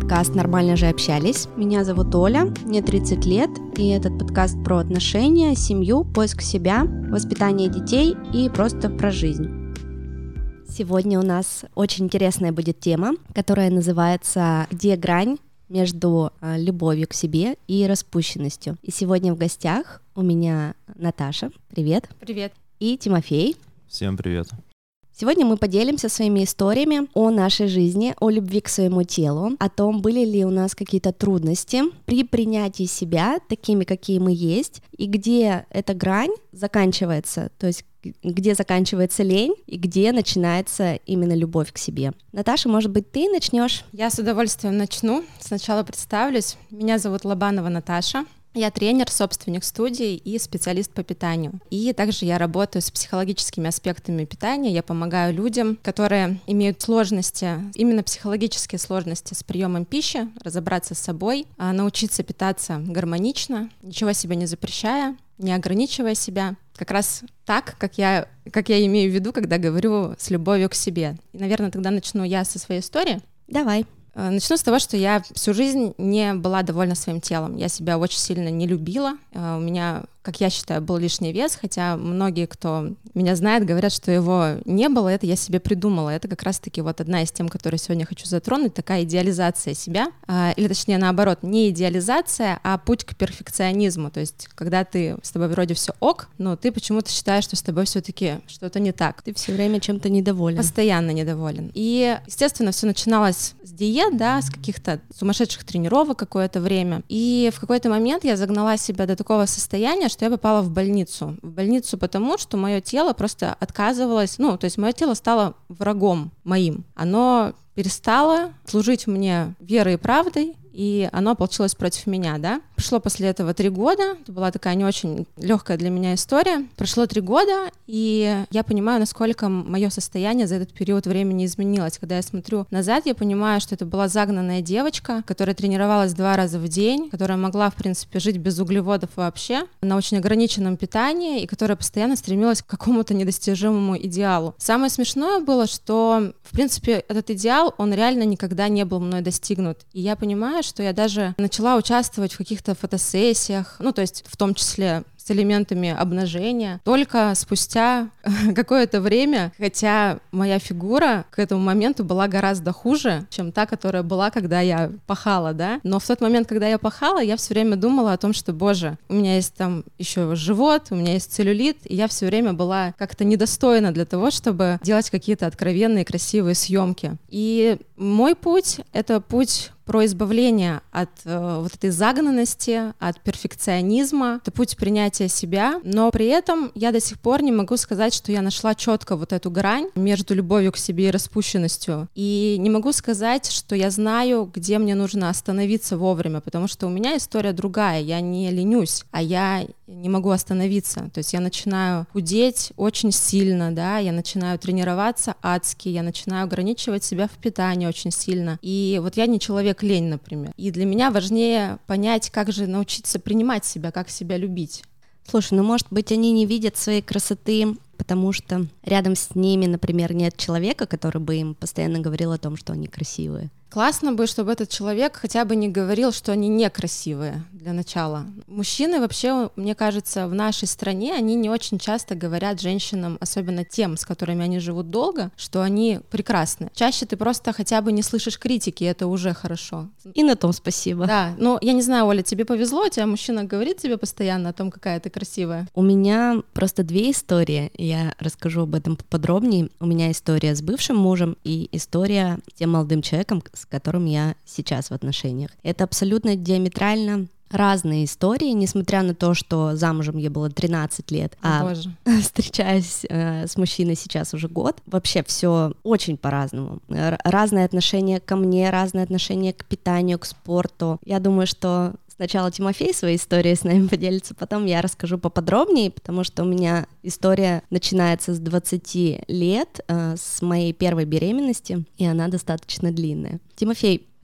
подкаст «Нормально же общались». Меня зовут Оля, мне 30 лет, и этот подкаст про отношения, семью, поиск себя, воспитание детей и просто про жизнь. Сегодня у нас очень интересная будет тема, которая называется «Где грань между любовью к себе и распущенностью?». И сегодня в гостях у меня Наташа, привет. Привет. И Тимофей. Всем привет. Сегодня мы поделимся своими историями о нашей жизни, о любви к своему телу, о том, были ли у нас какие-то трудности при принятии себя такими, какие мы есть, и где эта грань заканчивается, то есть где заканчивается лень и где начинается именно любовь к себе. Наташа, может быть, ты начнешь? Я с удовольствием начну. Сначала представлюсь. Меня зовут Лобанова Наташа. Я тренер, собственник студии и специалист по питанию. И также я работаю с психологическими аспектами питания. Я помогаю людям, которые имеют сложности, именно психологические сложности с приемом пищи, разобраться с собой, научиться питаться гармонично, ничего себе не запрещая, не ограничивая себя. Как раз так, как я имею в виду, когда говорю с любовью к себе. И, наверное, тогда начну я со своей истории. Давай. Начну с того, что я всю жизнь не была довольна своим телом. Я себя очень сильно не любила. У меня, как я считаю, был лишний вес, хотя многие, кто меня знает, говорят, что его не было, это я себе придумала. Это как раз-таки вот одна из тем, которую сегодня хочу затронуть, такая идеализация себя, или точнее наоборот, не идеализация, а путь к перфекционизму. То есть когда с тобой вроде все ок, но ты почему-то считаешь, что с тобой все-таки что-то не так. Ты все время чем-то недоволен. Постоянно недоволен. И, естественно, все начиналось с диет, с каких-то сумасшедших тренировок какое-то время. И в какой-то момент я загнала себя до такого состояния, что я попала в больницу. В больницу потому, что мое тело просто отказывалось, то есть мое тело стало врагом моим. Оно перестало служить мне верой и правдой, и оно ополчилось против меня, Прошло после этого 3 года, это была такая не очень легкая для меня история. Прошло 3 года, и я понимаю, насколько мое состояние за этот период времени изменилось. Когда я смотрю назад, я понимаю, что это была загнанная девочка, которая тренировалась 2 раза в день, которая могла, в принципе, жить без углеводов вообще, на очень ограниченном питании, и которая постоянно стремилась к какому-то недостижимому идеалу. Самое смешное было, что, в принципе, этот идеал, он реально никогда не был мной достигнут. И я понимаю, что я даже начала участвовать в каких-то фотосессиях, то есть в том числе с элементами обнажения, только спустя какое-то время, хотя моя фигура к этому моменту была гораздо хуже, чем та, которая была, когда я пахала, но в тот момент, когда я пахала, я все время думала о том, что, боже, у меня есть там еще живот, у меня есть целлюлит, и я все время была как-то недостойна для того, чтобы делать какие-то откровенные красивые съемки. И мой путь — это путь про избавление от вот этой загнанности, от перфекционизма. Это путь принятия себя, но при этом я до сих пор не могу сказать, что я нашла четко вот эту грань между любовью к себе и распущенностью. И не могу сказать, что я знаю, где мне нужно остановиться вовремя, потому что у меня история другая. Я не ленюсь, а я не могу остановиться. То есть я начинаю худеть очень сильно, я начинаю тренироваться адски, я начинаю ограничивать себя в питании очень сильно. И вот я не человек-лень, например. И для меня важнее понять, как же научиться принимать себя, как себя любить. Слушай, может быть, они не видят своей красоты, потому что рядом с ними, например, нет человека, который бы им постоянно говорил о том, что они красивые. Классно бы, чтобы этот человек хотя бы не говорил, что они некрасивые для начала. Мужчины вообще, мне кажется, в нашей стране, они не очень часто говорят женщинам, особенно тем, с которыми они живут долго, что они прекрасны. Чаще ты просто хотя бы не слышишь критики, и это уже хорошо. И на том спасибо. Да, я не знаю, Оля, тебе повезло, у тебя мужчина говорит тебе постоянно о том, какая ты красивая? У меня просто 2 истории, я расскажу об этом подробнее. У меня история с бывшим мужем и история с тем молодым человеком, с которым я сейчас в отношениях. Это абсолютно диаметрально разные истории, несмотря на то, что замужем я была 13 лет, встречаюсь с мужчиной сейчас уже год. Вообще все очень по-разному. Разное отношение ко мне, разное отношение к питанию, к спорту. Я думаю, что сначала Тимофей своей историей с нами поделится, потом я расскажу поподробнее, потому что у меня история начинается с 20 лет, с моей первой беременности, и она достаточно длинная. Тимофей,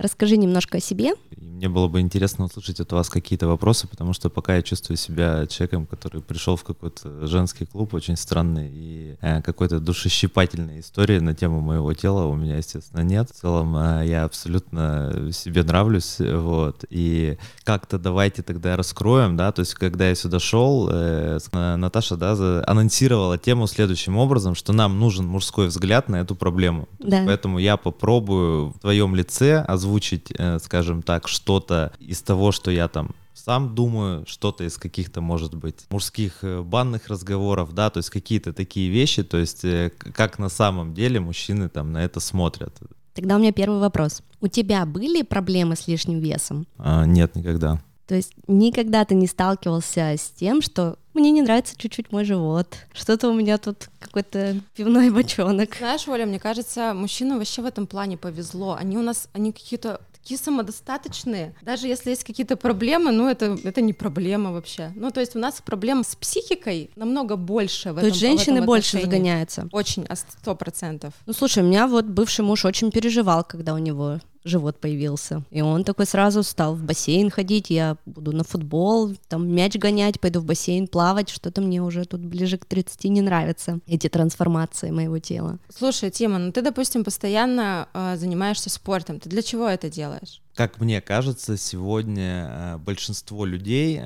Расскажи немножко о себе. И мне было бы интересно услышать от вас какие-то вопросы, потому что пока я чувствую себя человеком, который пришел в какой-то женский клуб, очень странный, и какой-то душещипательной истории на тему моего тела у меня, естественно, нет. В целом я абсолютно себе нравлюсь, вот. И как-то давайте тогда раскроем, да, то есть когда я сюда шел, Наташа, да, анонсировала тему следующим образом, что нам нужен мужской взгляд на эту проблему. Да. Поэтому я попробую в твоем лице озвучить, скажем так, что-то из того, что я там сам думаю, что-то из каких-то, может быть, мужских банных разговоров, да, то есть какие-то такие вещи, то есть как на самом деле мужчины там на это смотрят. Тогда у меня первый вопрос. У тебя были проблемы с лишним весом? Нет, никогда. То есть никогда ты не сталкивался с тем, что мне не нравится чуть-чуть мой живот, что-то у меня тут какой-то пивной бочонок. Знаешь, Оля, мне кажется, мужчинам вообще в этом плане повезло. Они какие-то такие самодостаточные. Даже если есть какие-то проблемы, ну это не проблема вообще. Ну то есть у нас проблем с психикой намного больше в этом. То есть женщины в этом больше отношении. загоняются? Очень, 100%. Ну слушай, у меня вот бывший муж очень переживал, когда у него живот появился. И он такой сразу стал в бассейн ходить, я буду на футбол, там мяч гонять, пойду в бассейн плавать, что-то мне уже тут ближе к 30 не нравятся, эти трансформации моего тела. Слушай, Тима, ну ты, допустим, постоянно занимаешься спортом, ты для чего это делаешь? Как мне кажется, сегодня большинство людей,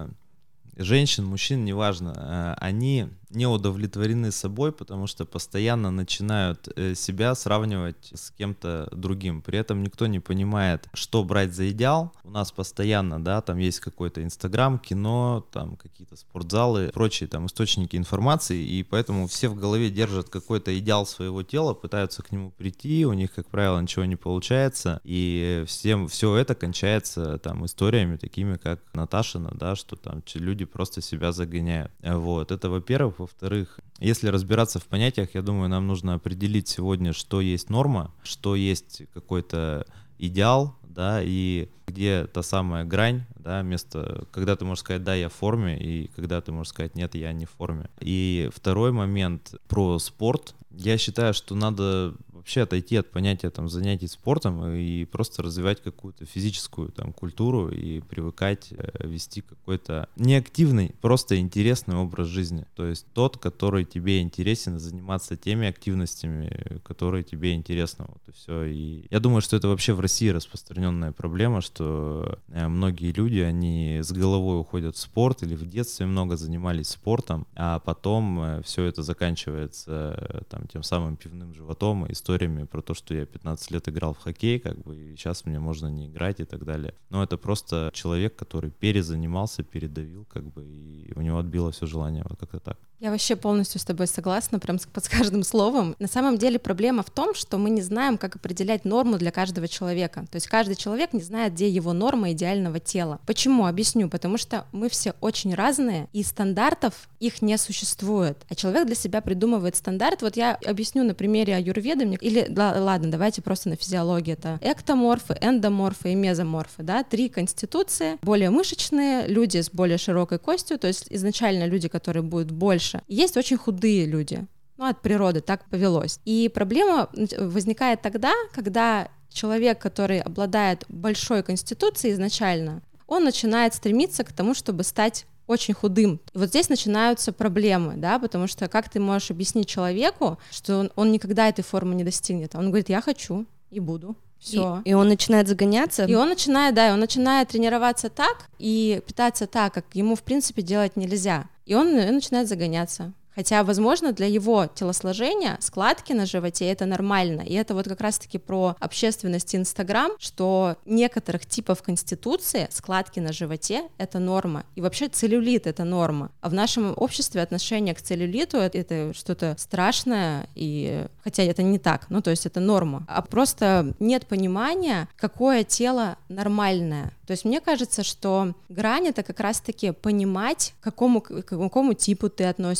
женщин, мужчин, неважно, они не удовлетворены собой, потому что постоянно начинают себя сравнивать с кем-то другим. При этом никто не понимает, что брать за идеал. У нас постоянно, да, там есть какой-то Инстаграм, кино, там какие-то спортзалы, прочие там источники информации, и поэтому все в голове держат какой-то идеал своего тела, пытаются к нему прийти, у них, как правило, ничего не получается, и все это кончается там историями такими, как Наташина, да, что там люди просто себя загоняют. Вот, это во-первых. Во-вторых, если разбираться в понятиях, я думаю, нам нужно определить сегодня, что есть норма, что есть какой-то идеал, да, и где та самая грань, да, место, когда ты можешь сказать, да, я в форме, и когда ты можешь сказать, нет, я не в форме. И второй момент про спорт. Я считаю, что надо вообще отойти от понятия там занятий спортом и просто развивать какую-то физическую там культуру и привыкать вести какой-то неактивный, просто интересный образ жизни. То есть тот, который тебе интересен, заниматься теми активностями, которые тебе интересны. Вот и все. И я думаю, что это вообще в России распространенная проблема, что многие люди, они с головой уходят в спорт или в детстве много занимались спортом, а потом все это заканчивается там тем самым пивным животом и историями про то, что я 15 лет играл в хоккей, как бы, и сейчас мне можно не играть и так далее. Но это просто человек, который перезанимался, передавил, как бы, и у него отбило все желание, вот как-то так. Я вообще полностью с тобой согласна, прям под каждым словом. На самом деле проблема в том, что мы не знаем, как определять норму для каждого человека. То есть каждый человек не знает, где его норма идеального тела. Почему? Объясню. Потому что мы все очень разные, и стандартов их не существует. А человек для себя придумывает стандарт. Вот я объясню на примере аюрведы. Или, ладно, давайте просто на физиологии. Это эктоморфы, эндоморфы и мезоморфы. Да? 3 конституции. Более мышечные, люди с более широкой костью. То есть изначально люди, которые будут больше. Есть очень худые люди. Ну, от природы так повелось. И проблема возникает тогда, когда человек, который обладает большой конституцией изначально, он начинает стремиться к тому, чтобы стать очень худым. И вот здесь начинаются проблемы, да, потому что как ты можешь объяснить человеку, что он никогда этой формы не достигнет? Он говорит, я хочу и буду. Все. И он начинает загоняться? И он начинает тренироваться так и питаться так, как ему, в принципе, делать нельзя. И он начинает загоняться. Хотя, возможно, для его телосложения складки на животе — это нормально. И это вот как раз-таки про общественность Инстаграм, что некоторых типов конституции складки на животе — это норма. И вообще целлюлит — это норма. А в нашем обществе отношение к целлюлиту — это что-то страшное, и хотя это не так, ну то есть это норма. А просто нет понимания, какое тело нормальное. То есть мне кажется, что грань — это как раз-таки понимать, к какому типу ты относишься.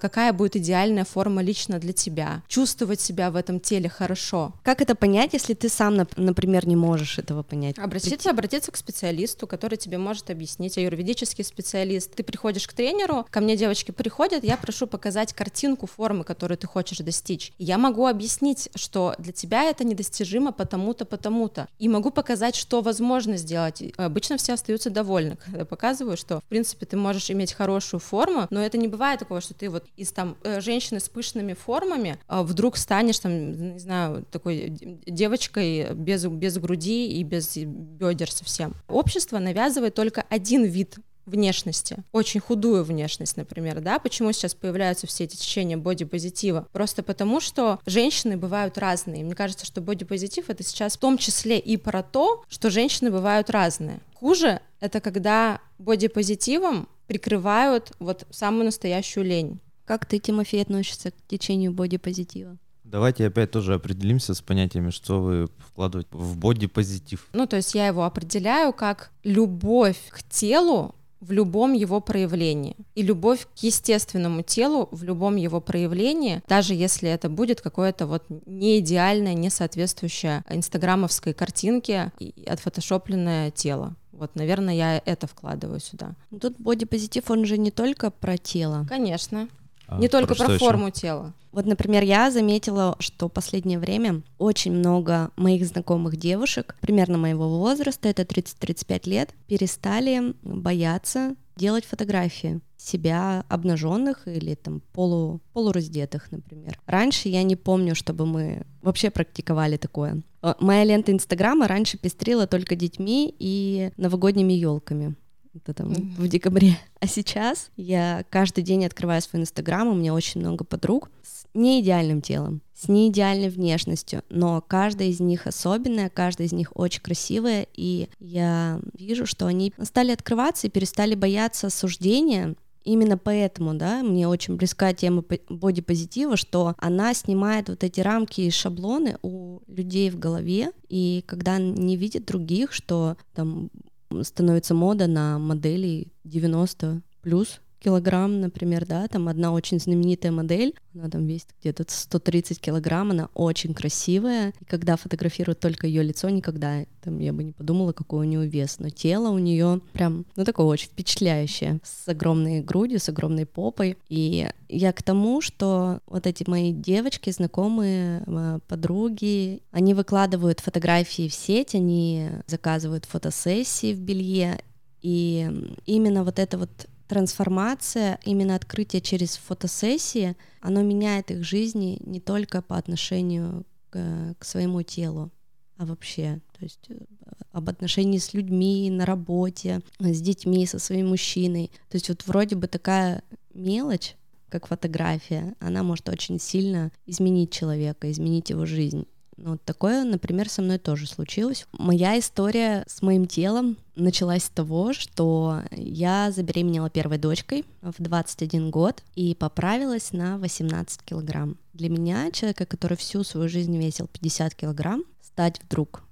какая будет идеальная форма лично для тебя, чувствовать себя в этом теле хорошо. Как это понять, если ты сам, например, не можешь этого понять? Обратиться к специалисту, который тебе может объяснить, аюрведический специалист. Ты приходишь к тренеру, ко мне девочки приходят, я прошу показать картинку формы, которую ты хочешь достичь. Я могу объяснить, что для тебя это недостижимо потому-то, потому-то. И могу показать, что возможно сделать. Обычно все остаются довольны, когда я показываю, что, в принципе, ты можешь иметь хорошую форму, но это не бывает такого, что ты вот из там женщины с пышными формами вдруг станешь там, не знаю, такой девочкой без груди и без бедер совсем. Общество навязывает только один вид внешности, очень худую внешность, например, да, почему сейчас появляются все эти течения бодипозитива? Просто потому, что женщины бывают разные. Мне кажется, что бодипозитив — это сейчас в том числе и про то, что женщины бывают разные. Хуже — это когда бодипозитивом прикрывают вот самую настоящую лень. Как ты, Тимофей, относишься к течению бодипозитива? Давайте опять тоже определимся с понятиями, что вы вкладываете в бодипозитив. Ну, то есть я его определяю как любовь к телу в любом его проявлении. И любовь к естественному телу в любом его проявлении, даже если это будет какое-то вот не идеальное, не соответствующее инстаграмовской картинке и отфотошопленное тело. Вот, наверное, я это вкладываю сюда. Тут бодипозитив, он же не только про тело. Конечно. Не только про форму тела. Вот, например, я заметила, что в последнее время очень много моих знакомых девушек, примерно моего возраста, это 30-35 лет, перестали бояться делать фотографии себя обнаженных или там полураздетых, например. Раньше я не помню, чтобы мы вообще практиковали такое. Моя лента Инстаграма раньше пестрила только детьми и новогодними елками. Это там в декабре. А сейчас я каждый день открываю свой Инстаграм, у меня очень много подруг с неидеальным телом, с неидеальной внешностью, но каждая из них особенная, каждая из них очень красивая, и я вижу, что они стали открываться и перестали бояться осуждения. Именно поэтому, да, мне очень близка тема бодипозитива, что она снимает вот эти рамки и шаблоны у людей в голове, и когда не видят других, что там становится мода на моделей 90 плюс килограмм, например, да, там одна очень знаменитая модель, она там весит где-то 130 килограмм, она очень красивая, и когда фотографируют только ее лицо, никогда там я бы не подумала, какой у нее вес, но тело у нее прям, ну, такое очень впечатляющее, с огромной грудью, с огромной попой, и я к тому, что вот эти мои девочки, знакомые, подруги, они выкладывают фотографии в сеть, они заказывают фотосессии в белье, и именно вот это вот трансформация, именно открытие через фотосессии, оно меняет их жизни не только по отношению к своему телу, а вообще, то есть об отношении с людьми, на работе, с детьми, со своим мужчиной. То есть вот вроде бы такая мелочь, как фотография, она может очень сильно изменить человека, изменить его жизнь. Ну, такое, например, со мной тоже случилось. Моя история с моим телом началась с того, что я забеременела первой дочкой в 21 год и поправилась на 18 килограмм. Для меня, человека, который всю свою жизнь весил 50 килограмм, стать вдруг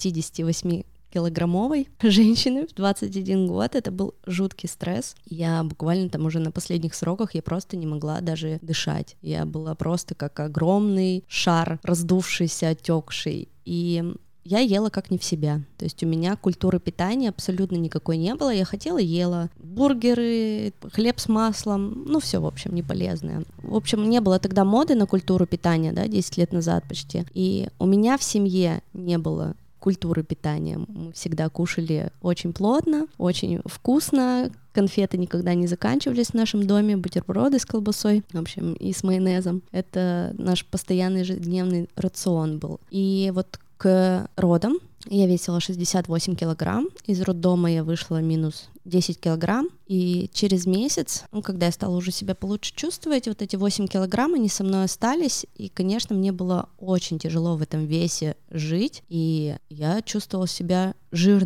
68-килограммовой женщиной в 21 год, это был жуткий стресс. Я буквально там уже на последних сроках, я просто не могла даже дышать. Я была просто как огромный шар, раздувшийся, отекший. И я ела как не в себя. То есть у меня культуры питания абсолютно никакой не было. Я хотела, ела бургеры, хлеб с маслом, ну все, в общем, не полезное. В общем, не было тогда моды на культуру питания, да, 10 лет назад почти. И у меня в семье не было культуры питания. Мы всегда кушали очень плотно, очень вкусно. Конфеты никогда не заканчивались в нашем доме, бутерброды с колбасой, в общем, и с майонезом. Это наш постоянный ежедневный рацион был. И вот к родам я весила 68 килограмм, из роддома я вышла минус 10 килограмм, и через месяц, когда я стала уже себя получше чувствовать, вот эти 8 килограмм, они со мной остались, и, конечно, мне было очень тяжело в этом весе жить, и я чувствовала себя жирной в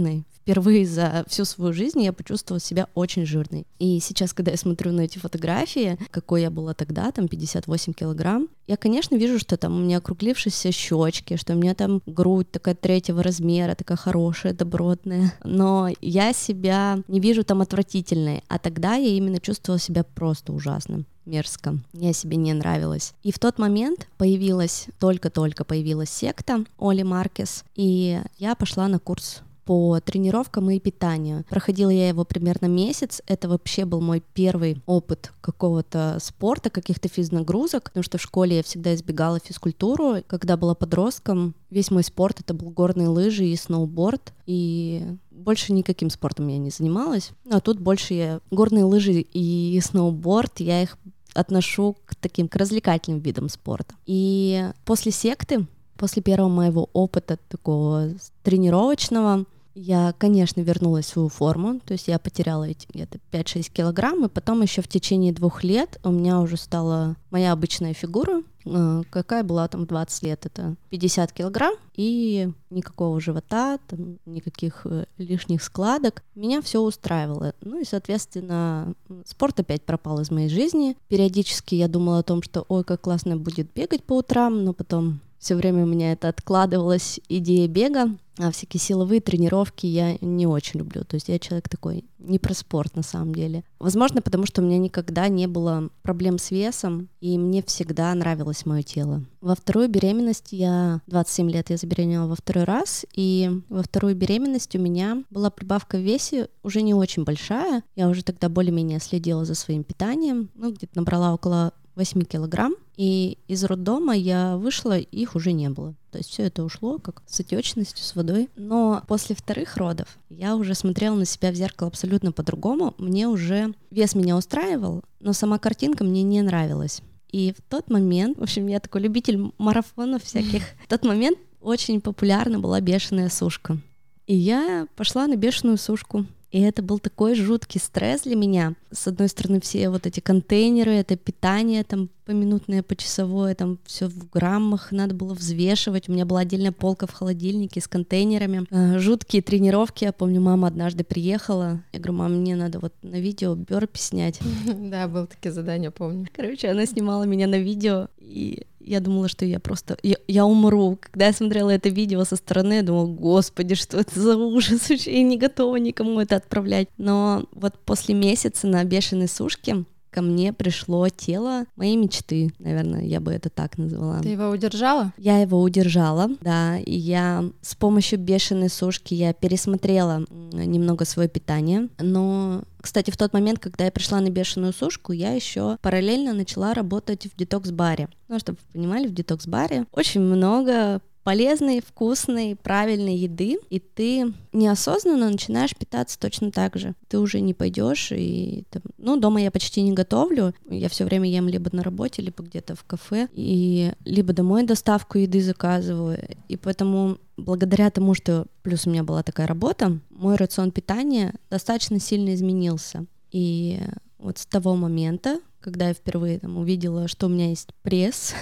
впервые за всю свою жизнь я почувствовала себя очень жирной. И сейчас, когда я смотрю на эти фотографии, какой я была тогда, там 58 килограмм, я, конечно, вижу, что там у меня округлившиеся щечки, что у меня там грудь такая 3-го размера, такая хорошая, добротная. Но я себя не вижу там отвратительной, а тогда я именно чувствовала себя просто ужасно. Мерзко. Я себе не нравилась. И в тот момент только-только появилась секта Оли Маркес, и я пошла на курс по тренировкам и питанию. Проходила я его примерно месяц. Это вообще был мой первый опыт какого-то спорта, каких-то физнагрузок, потому что в школе я всегда избегала физкультуру. Когда была подростком, весь мой спорт — это был горные лыжи и сноуборд, и больше никаким спортом я не занималась. А тут больше я горные лыжи и сноуборд, я их отношу к развлекательным видам спорта. И после секты, после первого моего опыта такого тренировочного, я, конечно, вернулась в свою форму, то есть я потеряла эти где-то 5-6 килограмм, и потом еще в течение 2 лет у меня уже стала моя обычная фигура, какая была там в 20 лет, это 50 килограмм и никакого живота, там, никаких лишних складок. Меня все устраивало. Ну и, соответственно, спорт опять пропал из моей жизни. Периодически я думала о том, что ой, как классно будет бегать по утрам, но потом все время у меня это откладывалась идея бега, а всякие силовые тренировки я не очень люблю. То есть я человек такой не про спорт на самом деле. Возможно, потому что у меня никогда не было проблем с весом, и мне всегда нравилось мое тело. Во вторую беременность 27 лет я забеременела во 2-й раз, и во вторую беременность у меня была прибавка в весе уже не очень большая. Я уже тогда более-менее следила за своим питанием, где-то набрала около 8 килограмм, и из роддома я вышла, их уже не было. То есть все это ушло как с отечностью, с водой. Но после 2-х родов я уже смотрела на себя в зеркало абсолютно по-другому. Мне уже вес меня устраивал, но сама картинка мне не нравилась. И в тот момент, в общем, я такой любитель марафонов всяких, в тот момент очень популярна была бешеная сушка. И я пошла на бешеную сушку. И это был такой жуткий стресс для меня. С одной стороны, все вот эти контейнеры, это питание там поминутное, почасовое, там все в граммах надо было взвешивать. У меня была отдельная полка в холодильнике с контейнерами. Жуткие тренировки. Я помню, мама однажды приехала. Я говорю, мам, мне надо вот на видео бёрпи снять. Да, было такие задания, помню. Короче, она снимала меня на видео, и я думала, что я просто... Я умру. Когда я смотрела это видео со стороны, я думала, господи, что это за ужас, вообще я не готова никому это отправлять. Но вот после месяца на бешеной сушке ко мне пришло тело моей мечты, наверное, я бы это так назвала. Ты его удержала? Я его удержала, да, и я с помощью бешеной сушки я пересмотрела немного свое питание, но, кстати, в тот момент, когда я пришла на бешеную сушку, я еще параллельно начала работать в детокс-баре. Ну, чтобы вы понимали, в детокс-баре очень много полезной, вкусной, правильной еды, и ты неосознанно начинаешь питаться точно так же. Ты уже не пойдешь, и дома я почти не готовлю, я все время ем либо на работе, либо где-то в кафе, и либо домой доставку еды заказываю, и поэтому благодаря тому, что плюс у меня была такая работа, мой рацион питания достаточно сильно изменился. И вот с того момента, когда я впервые увидела, что у меня есть пресс,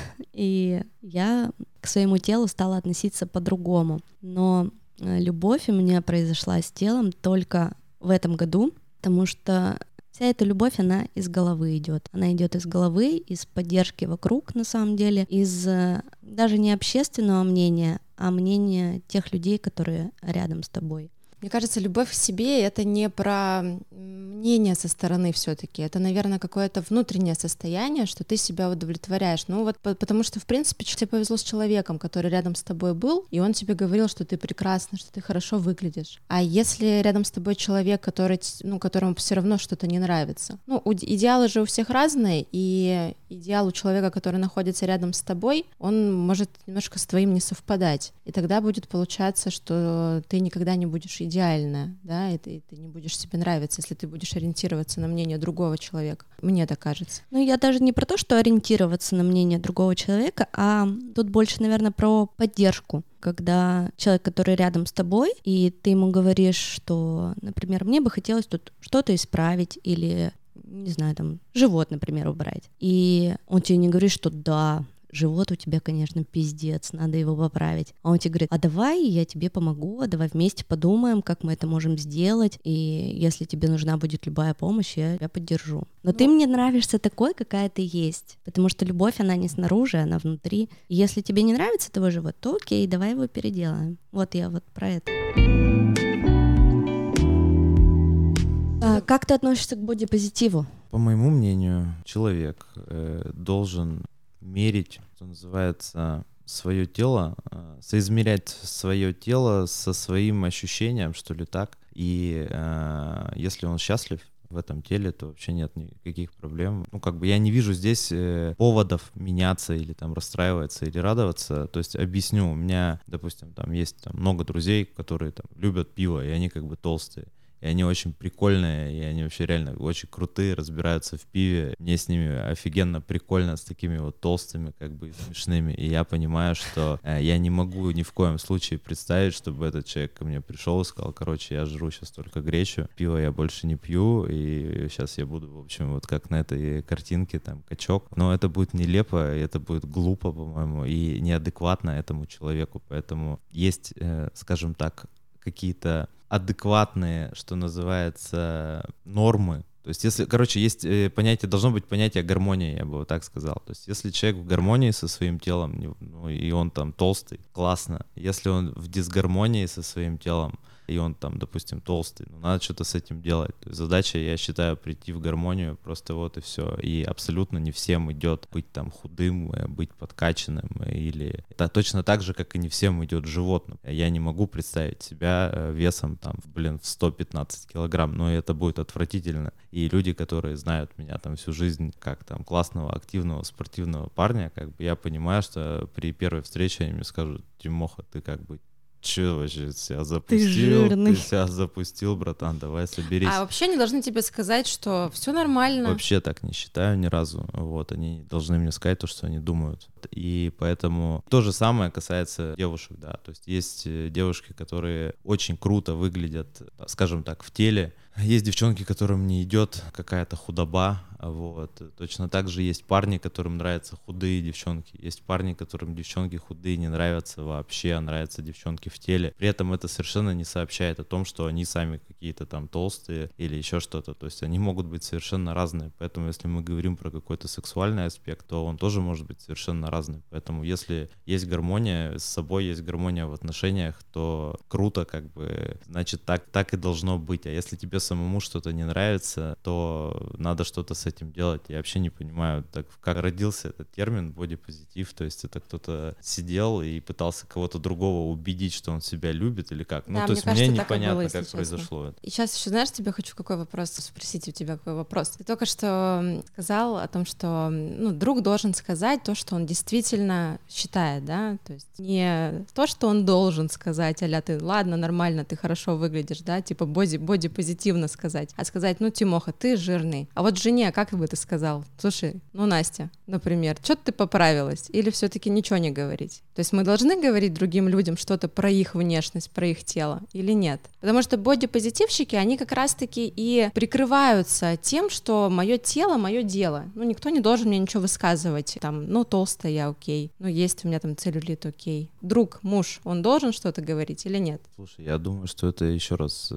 и я к своему телу стала относиться по-другому. Но любовь у меня произошла с телом только в этом году, потому что вся эта любовь, она из головы идет. Она идет из головы, из поддержки вокруг, на самом деле, из даже не общественного мнения, а мнения тех людей, которые рядом с тобой. Мне кажется, любовь к себе — это не про мнение со стороны все-таки, это, наверное, какое-то внутреннее состояние, что ты себя удовлетворяешь. Ну вот потому что, в принципе, тебе повезло с человеком, который рядом с тобой был, и он тебе говорил, что ты прекрасна, что ты хорошо выглядишь. А если рядом с тобой человек, которому все равно что-то не нравится? Идеалы же у всех разные, и идеал у человека, который находится рядом с тобой, он может немножко с твоим не совпадать. И тогда будет получаться, что ты никогда не будешь идеальная, да, и ты не будешь себе нравиться, если ты будешь ориентироваться на мнение другого человека. Мне так кажется. Я даже не про то, что ориентироваться на мнение другого человека, а тут больше, наверное, про поддержку. Когда человек, который рядом с тобой, и ты ему говоришь, что, например, мне бы хотелось тут что-то исправить или, не знаю, живот, например, убрать. И он тебе не говорит, что да, живот у тебя, конечно, пиздец, надо его поправить. А он тебе говорит, а давай я тебе помогу, давай вместе подумаем, как мы это можем сделать, и если тебе нужна будет любая помощь, я тебя поддержу. Но ты мне нравишься такой, какая ты есть, потому что любовь, она не снаружи, она внутри. И если тебе не нравится твой живот, то окей, давай его переделаем. Вот я вот про это. Как ты относишься к бодипозитиву? По моему мнению, человек должен мерить, что называется, свое тело, соизмерять свое тело со своим ощущением, что ли, так. И если он счастлив в этом теле, то вообще нет никаких проблем. Ну, как бы я не вижу здесь поводов меняться или там расстраиваться или радоваться. То есть объясню, у меня, допустим, там есть там много друзей, которые там любят пиво, и они как бы толстые. И они очень прикольные, и они вообще реально очень крутые, разбираются в пиве. Мне с ними офигенно прикольно, с такими вот толстыми, как бы, и смешными. И я понимаю, что я не могу ни в коем случае представить, чтобы этот человек ко мне пришел и сказал, короче, я жру сейчас только гречу, пиво я больше не пью, и сейчас я буду, в общем, вот как на этой картинке, там, качок. Но это будет нелепо, и это будет глупо, по-моему, и неадекватно этому человеку. Поэтому есть, скажем так, какие-то адекватные, что называется, нормы. То есть, если, короче, есть понятие, должно быть понятие гармонии, я бы вот так сказал. То есть, если человек в гармонии со своим телом, ну, и он там толстый, классно. Если он в дисгармонии со своим телом, и он там, допустим, толстый, ну, надо что-то с этим делать. То есть задача, я считаю, прийти в гармонию, просто вот и все. И абсолютно не всем идет быть там худым, быть подкачанным, или... Это точно так же, как и не всем идет животным. Я не могу представить себя весом там, в 115 килограмм, но это будет отвратительно. И люди, которые знают меня там всю жизнь как там классного, активного, спортивного парня, как бы я понимаю, что при первой встрече они мне скажут: Тимоха, ты как бы че вообще себя запустил? Ты жирный. Ты себя запустил, братан, давай соберись. А вообще они должны тебе сказать, что все нормально. Вообще так не считаю ни разу. Вот, они должны мне сказать то, что они думают. И поэтому то же самое касается девушек, да. То есть есть девушки, которые очень круто выглядят, скажем так, в теле. Есть девчонки, которым не идет какая-то худоба, вот. Точно так же есть парни, которым нравятся худые девчонки. Есть парни, которым девчонки худые не нравятся вообще, а нравятся девчонки в теле. При этом это совершенно не сообщает о том, что они сами какие-то там толстые или еще что-то. То есть они могут быть совершенно разные. Поэтому если мы говорим про какой-то сексуальный аспект, то он тоже может быть совершенно разный. Поэтому если есть гармония с собой, есть гармония в отношениях, то круто, как бы, значит, так и должно быть. А если тебе самому что-то не нравится, то надо что-то с этим делать. Я вообще не понимаю, так, как родился этот термин бодипозитив. То есть это кто-то сидел и пытался кого-то другого убедить, что он себя любит или как. Да, Ну, то есть кажется, мне так и непонятно, было, как если произошло это. И сейчас еще, знаешь, тебе хочу какой вопрос спросить у тебя, какой вопрос. Ты только что сказал о том, что друг должен сказать то, что он действительно считает, да, то есть не то, что он должен сказать, а-ля ты, ладно, нормально, ты хорошо выглядишь, да, типа бодипозитивно сказать, а сказать, Тимоха, ты жирный. А вот жене, как бы ты сказал? Слушай, Настя, например, что-то ты поправилась, или все-таки ничего не говорить? То есть мы должны говорить другим людям что-то про их внешность, про их тело или нет? Потому что бодипозитивщики, они как раз-таки и прикрываются тем, что мое тело, мое дело. Никто не должен мне ничего высказывать. Там, толстая я, окей. Есть у меня там целлюлит, окей. Друг, муж, он должен что-то говорить или нет? Слушай, я думаю, что это еще раз,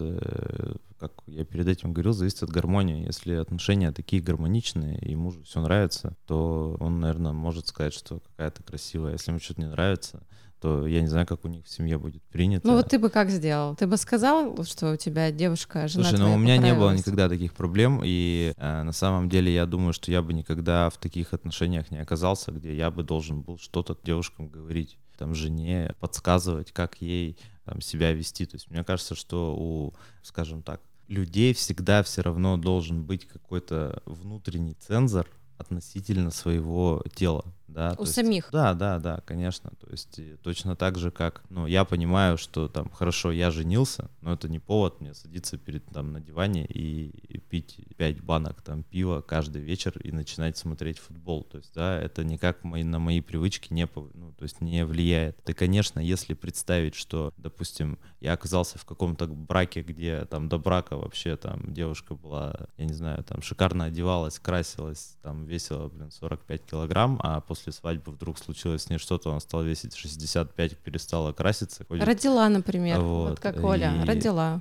как я перед этим говорил, зависит от гармонии. Если отношения такие гармоничные, и мужу все нравится, то он, наверное, может сказать, что какая-то красивая. Если ему что-то не нравится, то я не знаю, как у них в семье будет принято. Вот ты бы как сделал? Ты бы сказал, что у тебя девушка, жена Слушай, твоя у меня не было поправилась? никогда таких проблем, и на самом деле я думаю, что я бы никогда в таких отношениях не оказался, где я бы должен был что-то девушкам говорить, там, жене, подсказывать, как ей там себя вести. То есть мне кажется, что у, скажем так, людей всегда все равно должен быть какой-то внутренний цензор относительно своего тела. Да, У самих? Да, конечно. То есть точно так же, как, я понимаю, что там, хорошо, я женился, но это не повод мне садиться на диване и пить 5 банок там пива каждый вечер и начинать смотреть футбол. То есть, да, это никак на мои привычки то то есть не влияет. И, конечно, если представить, что, допустим, я оказался в каком-то браке, где там до брака вообще там девушка была, я не знаю, там шикарно одевалась, красилась, там весила, 45 килограмм, а после свадьбы вдруг случилось с ней что-то, она стала весить 65, перестала краситься. Ходит, родила, например, вот как Оля, родила.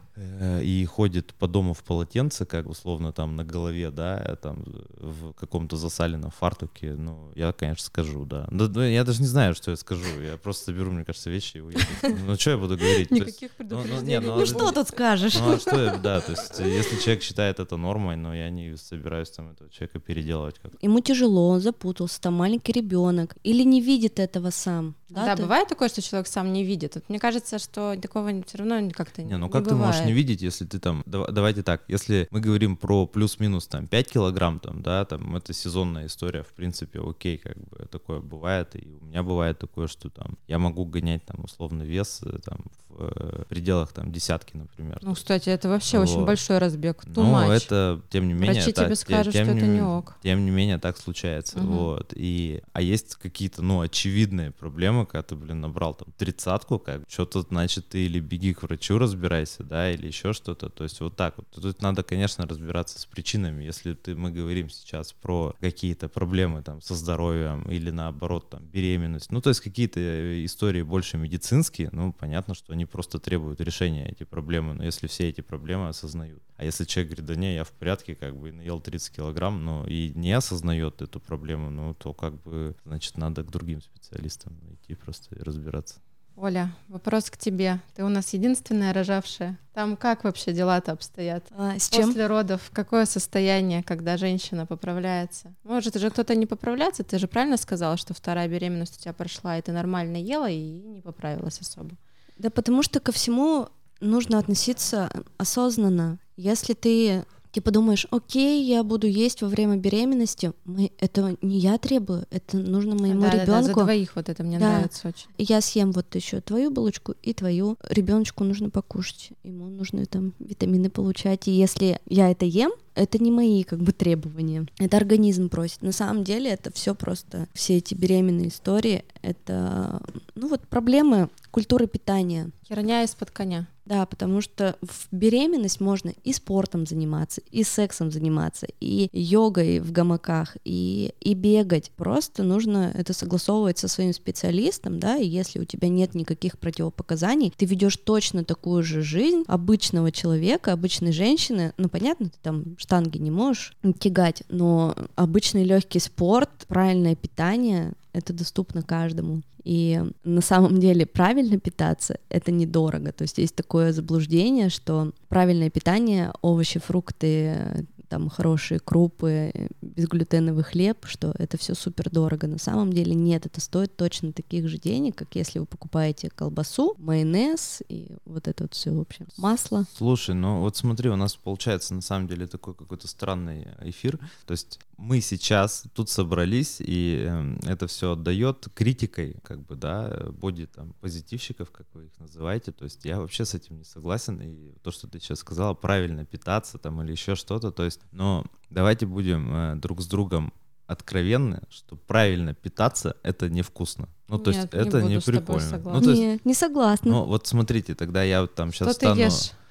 И ходит по дому в полотенце, как условно там на голове, да, там в каком-то засаленном фартуке, ну, я, конечно, скажу, да. Я даже не знаю, что я скажу, я просто соберу, мне кажется, вещи и уеду. Ну, что я буду говорить? Никаких предупреждений. Ну, что тут скажешь? Ну, а что я, да, то есть, если человек считает это нормой, но я не собираюсь там этого человека переделывать как-то. Ему тяжело, он запутался, там маленький ребенок, или не видит этого сам. Да, бывает такое, что человек сам не видит. Вот мне кажется, что такого все равно как-то не ну как ты можешь не видеть, если ты там, давайте так, если мы говорим про плюс-минус там 5 килограмм, там, да, там это сезонная история, в принципе, окей, как бы такое бывает, и у меня бывает такое, что там я могу гонять там условно вес там в пределах там десятки, например. Ну, кстати, это вообще очень большой разбег. Ну, это, тем не менее, врачи тебе скажут, что это не ок. Тем не менее, так случается, вот. А есть какие-то, ну, очевидные проблемы, когда ты, набрал там 30-ку, как что-то, значит, ты или беги к врачу, разбирайся, да, или еще что-то, то есть вот так вот. Тут надо, конечно, разбираться с причинами, если мы говорим сейчас про какие-то проблемы там со здоровьем или наоборот там беременность, ну, то есть какие-то истории больше медицинские, ну, понятно, что они просто требуют решения, эти проблемы, но если все эти проблемы осознают. А если человек говорит, да не, я в порядке, как бы наел 30 килограмм, но и не осознает эту проблему, ну, то как бы, значит, надо к другим специалистам идти просто и разбираться. Оля, вопрос к тебе. Ты у нас единственная рожавшая. Там как вообще дела-то обстоят? С чем? После родов какое состояние, когда женщина поправляется? Может же кто-то не поправляться? Ты же правильно сказала, что вторая беременность у тебя прошла, и ты нормально ела и не поправилась особо. Да потому что ко всему нужно относиться осознанно. Если ты типа думаешь, окей, я буду есть во время беременности, это не я требую, это нужно моему ребенку. Да, за двоих вот это мне нравится очень. Я съем вот еще твою булочку и твою. Ребеночку нужно покушать, ему нужно там витамины получать. И если я это ем, это не мои как бы требования. Это организм просит. На самом деле это все просто, все эти беременные истории, это, ну вот проблемы культуры питания. Херня из-под коня. Да, потому что в беременность можно и спортом заниматься, и сексом заниматься, и йогой в гамаках, и бегать. Просто нужно это согласовывать со своим специалистом, да, и если у тебя нет никаких противопоказаний, ты ведешь точно такую же жизнь обычного человека, обычной женщины. Ну, понятно, ты там штанги не можешь тягать, но обычный легкий спорт, правильное питание — это доступно каждому. И на самом деле правильно питаться — это недорого. То есть есть такое заблуждение, что правильное питание, овощи, фрукты, там хорошие крупы, безглютеновый хлеб, что это все супер дорого. На самом деле нет, это стоит точно таких же денег, как если вы покупаете колбасу, майонез и вот это вот все, в общем, масло. Слушай, ну вот смотри, у нас получается на самом деле такой какой-то странный эфир. То есть мы сейчас тут собрались, и это все отдает критикой, как бы, да, боди там позитивщиков, как вы их называете. То есть я вообще с этим не согласен, и то, что ты сейчас сказала, правильно питаться там или еще что-то, то есть, но давайте будем друг с другом откровенны, что правильно питаться — это невкусно. Ну, то есть это не прикольно. Ну, то есть, не согласна. Ну, вот смотрите, тогда я вот там сейчас стану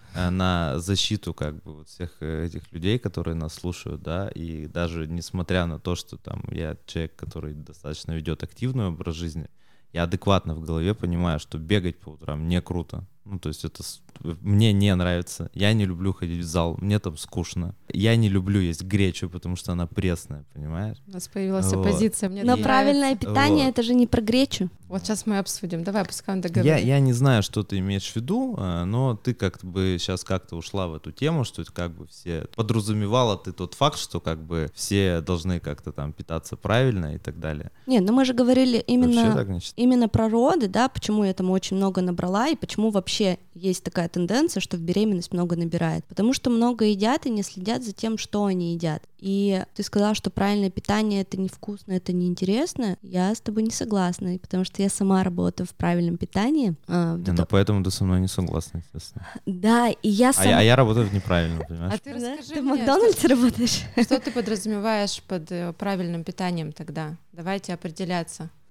на защиту как бы вот всех этих людей, которые нас слушают, да, и даже несмотря на то, что там я человек, который достаточно ведет активный образ жизни, я адекватно в голове понимаю, что бегать по утрам не круто. Ну, то есть это мне не нравится. Я не люблю ходить в зал, мне там скучно. Я не люблю есть гречу, потому что она пресная, понимаешь? У нас появилась оппозиция, мне Но нравится. правильное питание — это же не про гречу. Вот сейчас мы обсудим. Давай, пускай он договорит. Я не знаю, что ты имеешь в виду, но ты как бы сейчас как-то ушла в эту тему, что это как бы все... Подразумевала ты тот факт, что как бы все должны как-то там питаться правильно и так далее. Нет, ну мы же говорили именно про роды, да, почему я там очень много набрала и почему вообще есть такая тенденция, что в беременность много набирает. Потому что много едят и не следят за тем, что они едят. И ты сказала, что правильное питание — это невкусно, это неинтересно. Я с тобой не согласна, потому что я сама работаю в правильном питании. Ну, поэтому ты со мной не согласна, естественно. Да, и я сама... А я работаю в неправильном, понимаешь? А ты расскажи Ты в мне, Макдональдсе работаешь? Что ты подразумеваешь под правильным питанием тогда? Давайте определяться.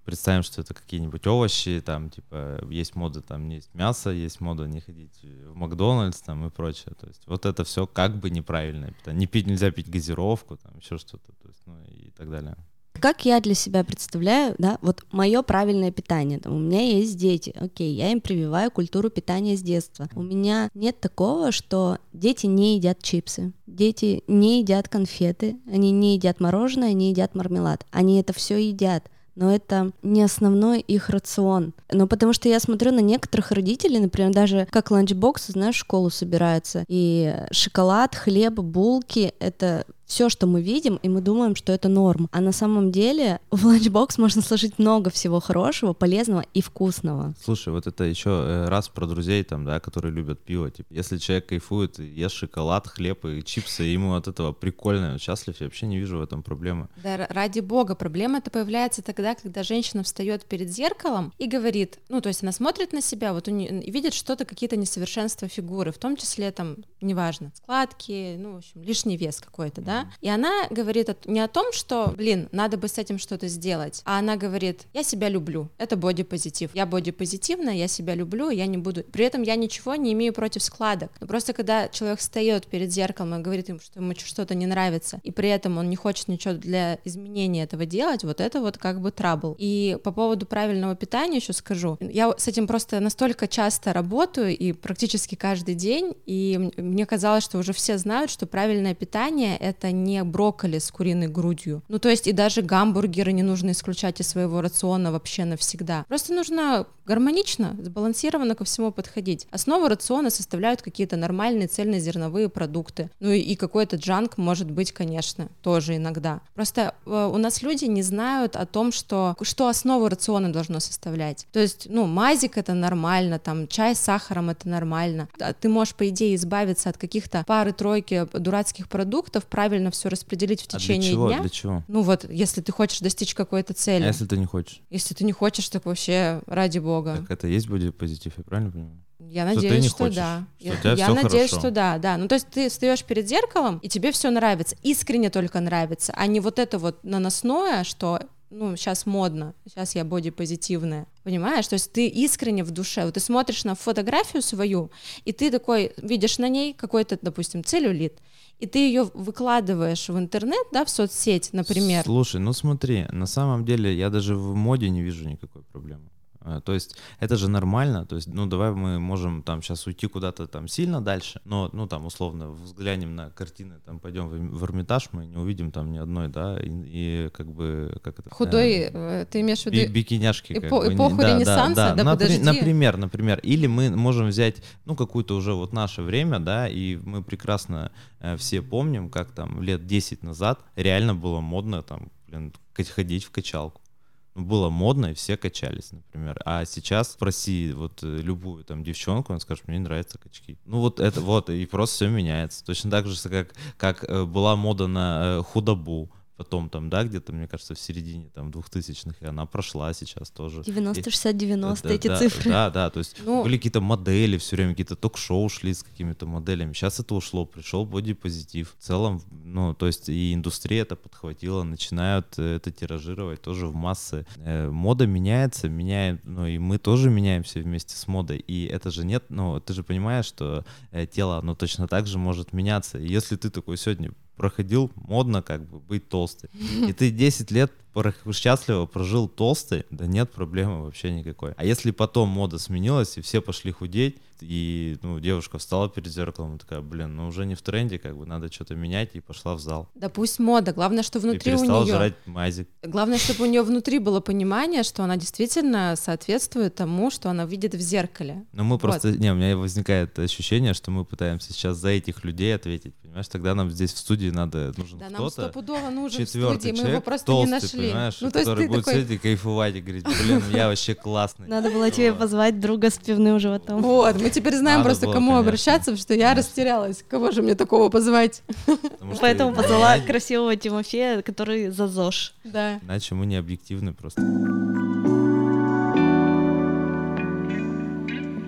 представим, что это какие-нибудь овощи, там, типа, есть мода, там, не есть мясо, есть мода не ходить в Макдональдс, там, и прочее. То есть вот это все как бы неправильное питание. Нельзя пить газировку, там, еще что-то, то есть, ну, и так далее. Как я для себя представляю, да, вот мое правильное питание, там, у меня есть дети, окей, я им прививаю культуру питания с детства. У меня нет такого, что дети не едят чипсы, дети не едят конфеты, они не едят мороженое, не едят мармелад, они это все едят. Но это не основной их рацион. Но потому что я смотрю на некоторых родителей, например, даже как ланчбоксы, знаешь, в школу собираются, и шоколад, хлеб, булки — это все, что мы видим, и мы думаем, что это норм. А на самом деле в ланчбокс можно сложить много всего хорошего, полезного и вкусного. Слушай, вот это еще раз про друзей, там, да, которые любят пиво. Типа, если человек кайфует, ест шоколад, хлеб и чипсы, и ему от этого прикольно, счастлив, я вообще не вижу в этом проблемы. Да, ради бога, проблема-то появляется тогда, когда женщина встает перед зеркалом и говорит, ну, то есть она смотрит на себя, вот и видит что-то, какие-то несовершенства фигуры, в том числе, там, неважно, складки, ну, в общем, лишний вес какой-то, да, и она говорит не о том, что, блин, надо бы с этим что-то сделать, а она говорит, я себя люблю, это бодипозитив, я бодипозитивная, я себя люблю, я не буду, при этом я ничего не имею против складок, но просто когда человек встает перед зеркалом и говорит ему, что ему что-то не нравится, и при этом он не хочет ничего для изменения этого делать, вот это вот как бы трабл. И по поводу правильного питания еще скажу, я с этим просто настолько часто работаю и практически каждый день, и мне казалось, что уже все знают, что правильное питание — это не брокколи с куриной грудью. Ну, то есть и даже гамбургеры не нужно исключать из своего рациона вообще навсегда. Просто нужно гармонично, сбалансированно ко всему подходить. Основу рациона составляют какие-то нормальные цельнозерновые продукты. Ну и какой-то джанк может быть, конечно, тоже иногда. Просто у нас люди не знают о том, что основу рациона должно составлять. То есть, ну, мазик — это нормально, там, чай с сахаром — это нормально. Ты можешь, по идее, избавиться от каких-то пары-тройки дурацких продуктов, правильно все распределить в течение дня. Для чего? Ну вот, если ты хочешь достичь какой-то цели. А если ты не хочешь? Если ты не хочешь, так вообще ради бога. Так это есть бодипозитив, я правильно понимаю? Я надеюсь, что да. Я надеюсь, что да. Ну, то есть ты встаешь перед зеркалом, и тебе все нравится, искренне только нравится, а не вот это вот наносное, что, ну, сейчас модно, сейчас я бодипозитивная, понимаешь? То есть ты искренне в душе, вот ты смотришь на фотографию свою, и ты такой видишь на ней какой-то, допустим, целлюлит, и ты ее выкладываешь в интернет, да, в соцсеть, например. Слушай, ну смотри, на самом деле я даже в моде не вижу никакой проблемы. То есть это же нормально, то есть, ну, давай мы можем там сейчас уйти куда-то там сильно дальше, но, ну, там, условно, взглянем на картины, там, пойдем в Эрмитаж, мы не увидим там ни одной, да, и как бы, как это... Худой, ты имеешь в виду... Бикиняшки. Эпоху Ренессанса, да, подожди. Например, или мы можем взять, ну, какую-то уже вот наше время, да, и мы прекрасно все помним, как там лет 10 назад реально было модно там, блин, ходить в качалку. Было модно, и все качались, например. А сейчас спроси вот любую там девчонку, она скажет, мне не нравятся качки. Ну вот это вот, и просто все меняется. Точно так же, как была мода на худобу. Потом там, да, где-то, мне кажется, в середине там 2000-х, и она прошла сейчас тоже. 90-60-90 эти цифры. Да, то есть были какие-то модели все время, какие-то ток-шоу шли с какими-то моделями. Сейчас это ушло, пришел бодипозитив. В целом, ну, то есть и индустрия это подхватила, начинают это тиражировать тоже в массы. Мода меняется, ну, и мы тоже меняемся вместе с модой. И это же нет, ну, ты же понимаешь, что тело, оно точно так же может меняться. И если ты такой сегодня проходил модно как бы быть толстый, и ты 10 лет счастливо прожил толстый, да нет проблемы вообще никакой. А если потом мода сменилась, и все пошли худеть, и, ну, девушка встала перед зеркалом и такая, блин, ну уже не в тренде, как бы надо что-то менять, и пошла в зал. Да пусть мода, главное, что внутри и перестала у нее... жрать мазик. Главное, чтобы у нее внутри было понимание, что она действительно соответствует тому, что она видит в зеркале. Но мы просто... Вот. Не, у меня возникает ощущение, что мы пытаемся сейчас за этих людей ответить, понимаешь? Тогда нам здесь в студии нужен да, кто-то. нам стопудово нужен четвертый в студии, человек, мы его просто толстый, не нашли. Понимаешь, ну, который будет сидеть и кайфовать, и говорить, блин, я вообще классный. Надо было тебе позвать друга с пивным животом. Вот, мы теперь знаем просто, к кому обращаться, потому что я растерялась. Кого же мне такого позвать? Поэтому позвала красивого Тимофея, который за ЗОЖ. Да. Иначе мы не объективны просто.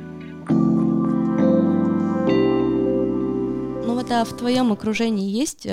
Ну вот, а в твоем окружении есть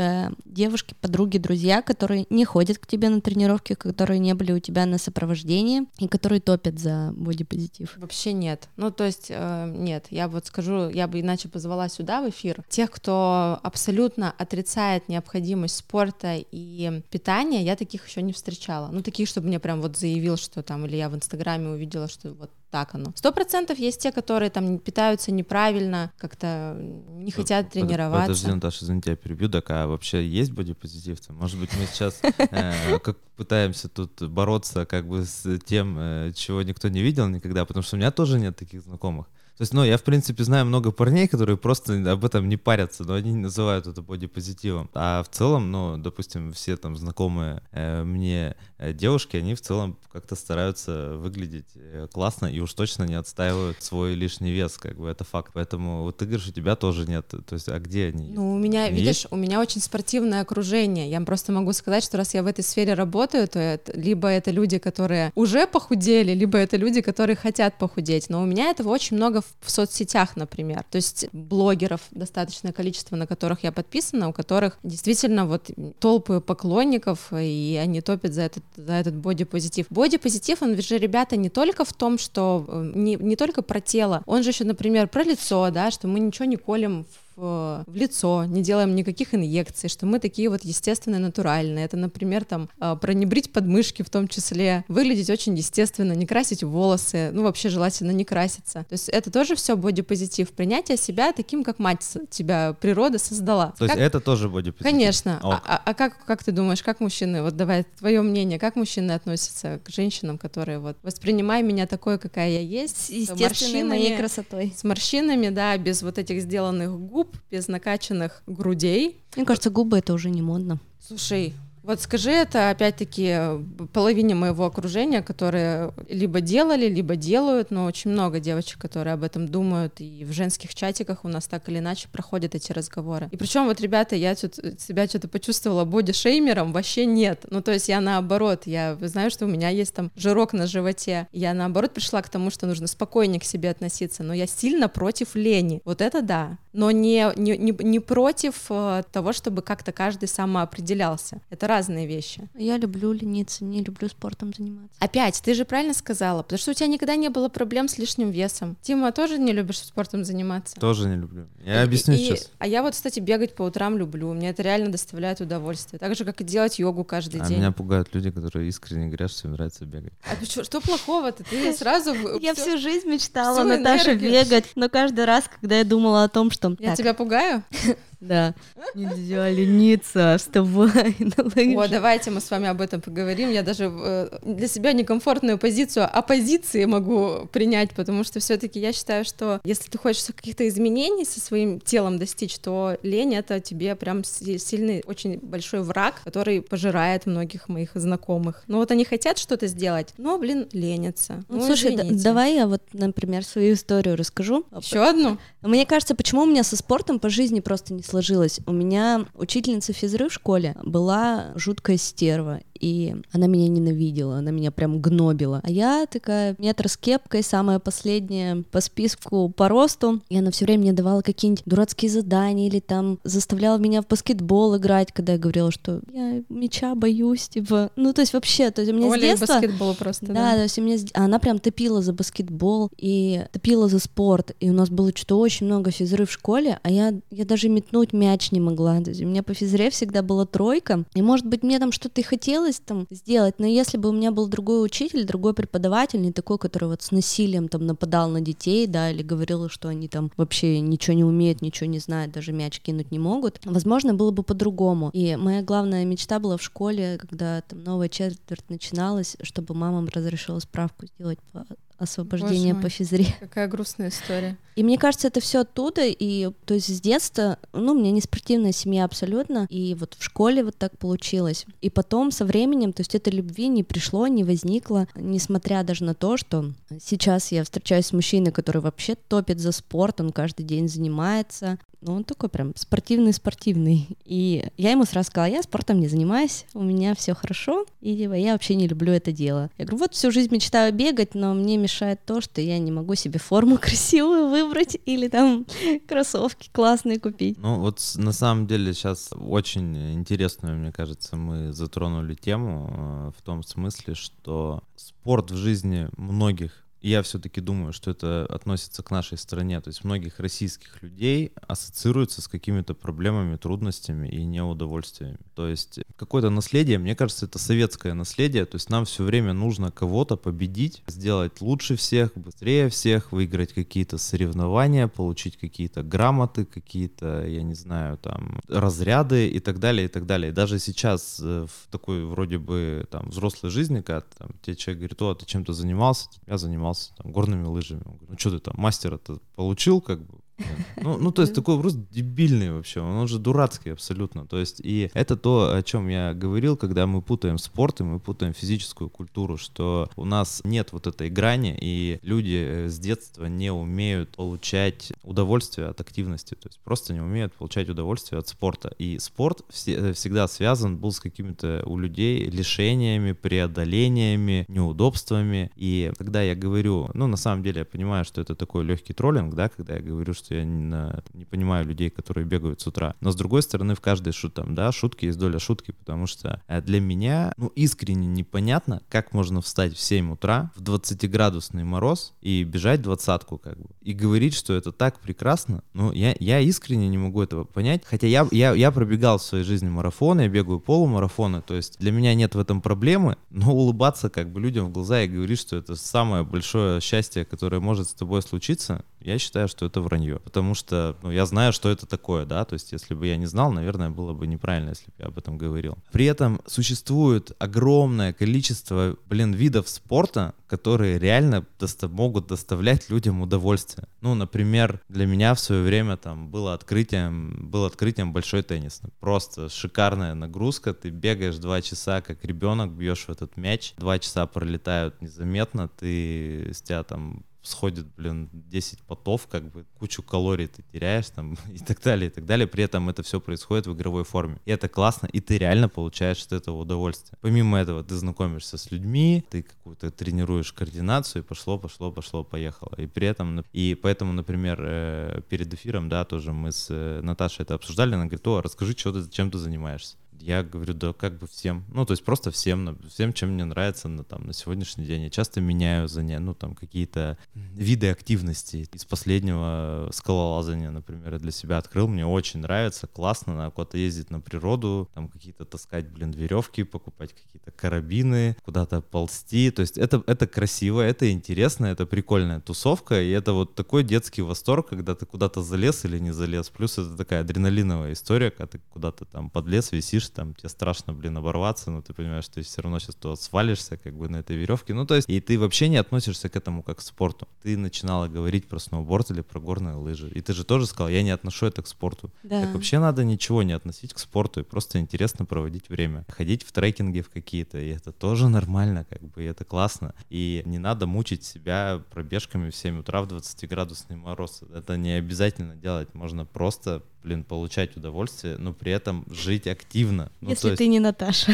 девушки, подруги, друзья, которые не ходят к тебе на тренировки, которые не были у тебя на сопровождении и которые топят за бодипозитив? Вообще нет. Ну, то есть, нет, я вот скажу, я бы иначе позвала сюда в эфир тех, кто абсолютно отрицает необходимость спорта и питания, я таких еще не встречала. Ну, таких, чтобы мне прям вот заявил, что там, или я в Инстаграме увидела, что вот так оно. 100% есть те, которые там питаются неправильно, как-то не хотят тренироваться. Подожди, Наташа, извините, я перебью. Так, а вообще есть бодипозитивцы? Может быть, мы сейчас как пытаемся тут бороться как бы с тем, чего никто не видел никогда, потому что у меня тоже нет таких знакомых. То есть, ну, я, в принципе, знаю много парней, которые просто об этом не парятся, но они не называют это бодипозитивом. А в целом, ну, допустим, все там знакомые мне девушки, они в целом как-то стараются выглядеть классно и уж точно не отстаивают свой лишний вес, как бы это факт. Поэтому вот ты говоришь, у тебя тоже нет. То есть, а где они? Ну, у меня, они видишь, есть? У меня очень спортивное окружение. Я просто могу сказать, что раз я в этой сфере работаю, то либо это люди, которые уже похудели, либо это люди, которые хотят похудеть. Но у меня этого очень много в соцсетях, например. То есть блогеров достаточное количество, на которых я подписана, у которых действительно вот толпы поклонников, и они топят за этот бодипозитив. Бодипозитив, он же, ребята, не только в том, что не только про тело, он же еще, например, про лицо, да, что мы ничего не колем в лицо, не делаем никаких инъекций, что мы такие вот естественные, натуральные. Это, например, там про не брить подмышки в том числе, выглядеть очень естественно, не красить волосы, ну вообще желательно не краситься. То есть это тоже все бодипозитив, принятие себя таким, как мать тебя природа создала. То есть это тоже бодипозитив? Конечно. А как ты думаешь, как мужчины, вот давай твое мнение, как мужчины относятся к женщинам, которые вот воспринимай меня такой, какая я есть, с естественной моей красотой, с морщинами, да, без вот этих сделанных губ, без накачанных грудей. Мне кажется, губы — это уже не модно. Слушай, вот скажи это опять-таки половине моего окружения, которые либо делали, либо делают, но очень много девочек, которые об этом думают, и в женских чатиках у нас так или иначе проходят эти разговоры. И причем вот, ребята, я тут себя что-то почувствовала бодишеймером, вообще нет. Ну, то есть я наоборот, я знаю, что у меня есть там жирок на животе, я наоборот пришла к тому, что нужно спокойнее к себе относиться, но я сильно против лени, вот это да, но не против того, чтобы как-то каждый самоопределялся. Это разные вещи. Я люблю лениться, не люблю спортом заниматься. Опять, ты же правильно сказала, потому что у тебя никогда не было проблем с лишним весом. Тима, тоже не любишь спортом заниматься? Тоже не люблю. Я объясню сейчас. А я вот, кстати, бегать по утрам люблю. Мне это реально доставляет удовольствие. Так же, как и делать йогу каждый день. Меня пугают люди, которые искренне говорят, что им нравится бегать. А что плохого-то? Ты сразу... Я всю жизнь мечтала, Наташа, бегать, но каждый раз, когда я думала о том, что... Я тебя пугаю? Да. Нельзя лениться, вставай на лыжи. Вот, давайте мы с вами об этом поговорим. Я даже для себя некомфортную позицию оппозиции могу принять, потому что все-таки я считаю, что если ты хочешь каких-то изменений со своим телом достичь, то лень — это тебе прям сильный, очень большой враг, который пожирает многих моих знакомых. Ну вот они хотят что-то сделать, но, ленятся. Ну, слушай, давай я вот, например, свою историю расскажу. Еще одну? Мне кажется, почему у меня со спортом по жизни просто не сложилось. У меня учительница физры в школе была жуткая стерва, и она меня ненавидела, она меня прям гнобила. А я такая метр с кепкой, самая последняя по списку по росту, и она все время мне давала какие-нибудь дурацкие задания или там заставляла меня в баскетбол играть, когда я говорила, что я мяча боюсь, типа, ну то есть вообще, то есть у меня Оля с детства... баскетбол просто, да. То есть у меня... Она прям топила за баскетбол и топила за спорт, и у нас было что-то очень много физры в школе, а я даже метнуть мяч не могла, то есть у меня по физре всегда была 3, и может быть мне там что-то и хотелось там сделать, но если бы у меня был другой учитель, другой преподаватель, не такой, который вот с насилием там нападал на детей, да, или говорил, что они там вообще ничего не умеют, ничего не знают, даже мяч кинуть не могут, возможно, было бы по-другому. И моя главная мечта была в школе, когда там новая четверть начиналась, чтобы мамам разрешила справку сделать по освобождение по физре. Какая грустная история. И мне кажется, это все оттуда, и то есть с детства, ну, у меня не спортивная семья абсолютно, и вот в школе вот так получилось. И потом со временем, то есть этой любви не пришло, не возникло, несмотря даже на то, что сейчас я встречаюсь с мужчиной, который вообще топит за спорт, он каждый день занимается, ну, он такой прям спортивный. И я ему сразу сказала, я спортом не занимаюсь, у меня все хорошо, и я вообще не люблю это дело. Я говорю, вот всю жизнь мечтаю бегать, но мне мешает то, что я не могу себе форму красивую выбрать или там кроссовки классные купить. Ну вот на самом деле сейчас очень интересную, мне кажется, мы затронули тему в том смысле, что спорт в жизни многих, и я все-таки думаю, что это относится к нашей стране, то есть многих российских людей ассоциируется с какими-то проблемами, трудностями и неудовольствиями. То есть какое-то наследие, мне кажется, это советское наследие, то есть нам все время нужно кого-то победить, сделать лучше всех, быстрее всех, выиграть какие-то соревнования, получить какие-то грамоты, какие-то, я не знаю, там, разряды и так далее, и так далее. И даже сейчас в такой вроде бы там взрослой жизни, когда там, тебе человек говорит: о, ты чем-то занимался? Я занимался там горными лыжами. Он говорит: ну что ты там, мастера-то получил, как бы? Ну, то есть такой вопрос дебильный вообще, он же дурацкий абсолютно. То есть, и это то, о чем я говорил, когда мы путаем спорт и мы путаем физическую культуру, что у нас нет вот этой грани, и люди с детства не умеют получать удовольствие от активности, то есть просто не умеют получать удовольствие от спорта. И спорт всегда связан был с какими-то у людей лишениями, преодолениями, неудобствами. И когда я говорю, ну, на самом деле я понимаю, что это такой легкий троллинг, да, когда я говорю, что я не понимаю людей, которые бегают с утра. Но с другой стороны, в каждой шутке есть доля шутки, потому что для меня, ну, искренне непонятно, как можно встать в 7 утра в 20-градусный мороз и бежать 20-ку, как бы, и говорить, что это так прекрасно. Ну, я искренне не могу этого понять, хотя я пробегал в своей жизни марафоны, я бегаю полумарафоны, то есть для меня нет в этом проблемы, но улыбаться как бы людям в глаза и говорить, что это самое большое счастье, которое может с тобой случиться, я считаю, что это вранье, потому что, ну, я знаю, что это такое, да, то есть если бы я не знал, наверное, было бы неправильно, если бы я об этом говорил. При этом существует огромное количество, видов спорта, которые реально могут доставлять людям удовольствие. Ну, например, для меня в свое время там было открытием большой теннис. Просто шикарная нагрузка, ты бегаешь 2 часа, как ребенок, бьешь в этот мяч, 2 часа пролетают незаметно, с тебя там сходит, 10 потов, как бы кучу калорий ты теряешь там и так далее, и так далее. При этом это все происходит в игровой форме. И это классно, и ты реально получаешь от этого удовольствие. Помимо этого ты знакомишься с людьми, ты какую-то тренируешь координацию, и пошло, поехало. И поэтому, например, перед эфиром, да, тоже мы с Наташей это обсуждали, она говорит: о, расскажи, чем ты занимаешься. Я говорю: да как бы всем, ну то есть просто всем, чем мне нравится на сегодняшний день. Я часто меняю какие-то виды активности. Из последнего скалолазания, например, я для себя открыл, мне очень нравится, классно, надо куда-то ездить на природу, там какие-то таскать, веревки, покупать какие-то карабины, куда-то ползти, то есть это красиво, это интересно, это прикольная тусовка, и это вот такой детский восторг, когда ты куда-то залез или не залез, плюс это такая адреналиновая история, когда ты куда-то там подлез, висишь, там тебе страшно, оборваться, но ты понимаешь, что ты все равно сейчас туда свалишься, как бы на этой веревке. Ну, то есть, и ты вообще не относишься к этому как к спорту. Ты начинала говорить про сноуборд или про горные лыжи. И ты же тоже сказала: я не отношу это к спорту. Да. Так вообще надо ничего не относить к спорту, и просто интересно проводить время. Ходить в трекинги в какие-то, и это тоже нормально, как бы, и это классно. И не надо мучить себя пробежками в 7 утра в 20-градусный мороз. Это не обязательно делать. Можно просто, получать удовольствие, но при этом жить активно. Если ты не Наташа.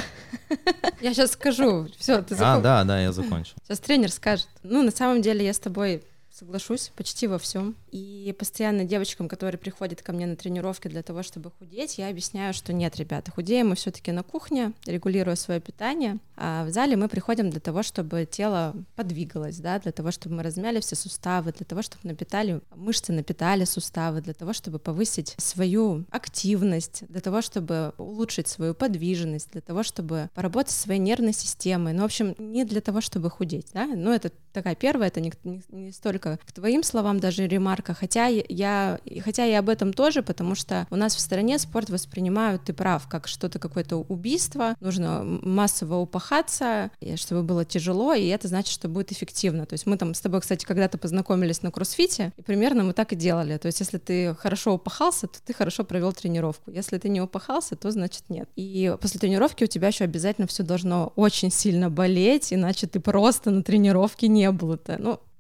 Я сейчас скажу. Все, ты закончил. Да, я закончил. Сейчас тренер скажет. Ну, на самом деле я с тобой соглашусь почти во всем. И постоянно девочкам, которые приходят ко мне на тренировки для того, чтобы худеть, я объясняю, что нет, ребята, худеем мы все-таки на кухне, регулируя свое питание, а в зале мы приходим для того, чтобы тело подвигалось, да, для того, чтобы мы размяли все суставы, для того, чтобы мышцы напитали суставы, для того, чтобы повысить свою активность, для того, чтобы улучшить свою подвижность, для того, чтобы поработать со своей нервной системой. Ну, в общем, не для того, чтобы худеть, да. Ну, это такая первая, это не столько к твоим словам даже ремарка, хотя я и об этом тоже, потому что у нас в стране спорт воспринимают, ты прав, как что-то, какое-то убийство, нужно массово упахаться, чтобы было тяжело, и это значит, что будет эффективно. То есть мы там с тобой, кстати, когда-то познакомились на кроссфите, и примерно мы так и делали. То есть если ты хорошо упахался, то ты хорошо провел тренировку. Если ты не упахался, то значит нет. И после тренировки у тебя еще обязательно все должно очень сильно болеть, иначе ты просто на тренировке не был. Ну,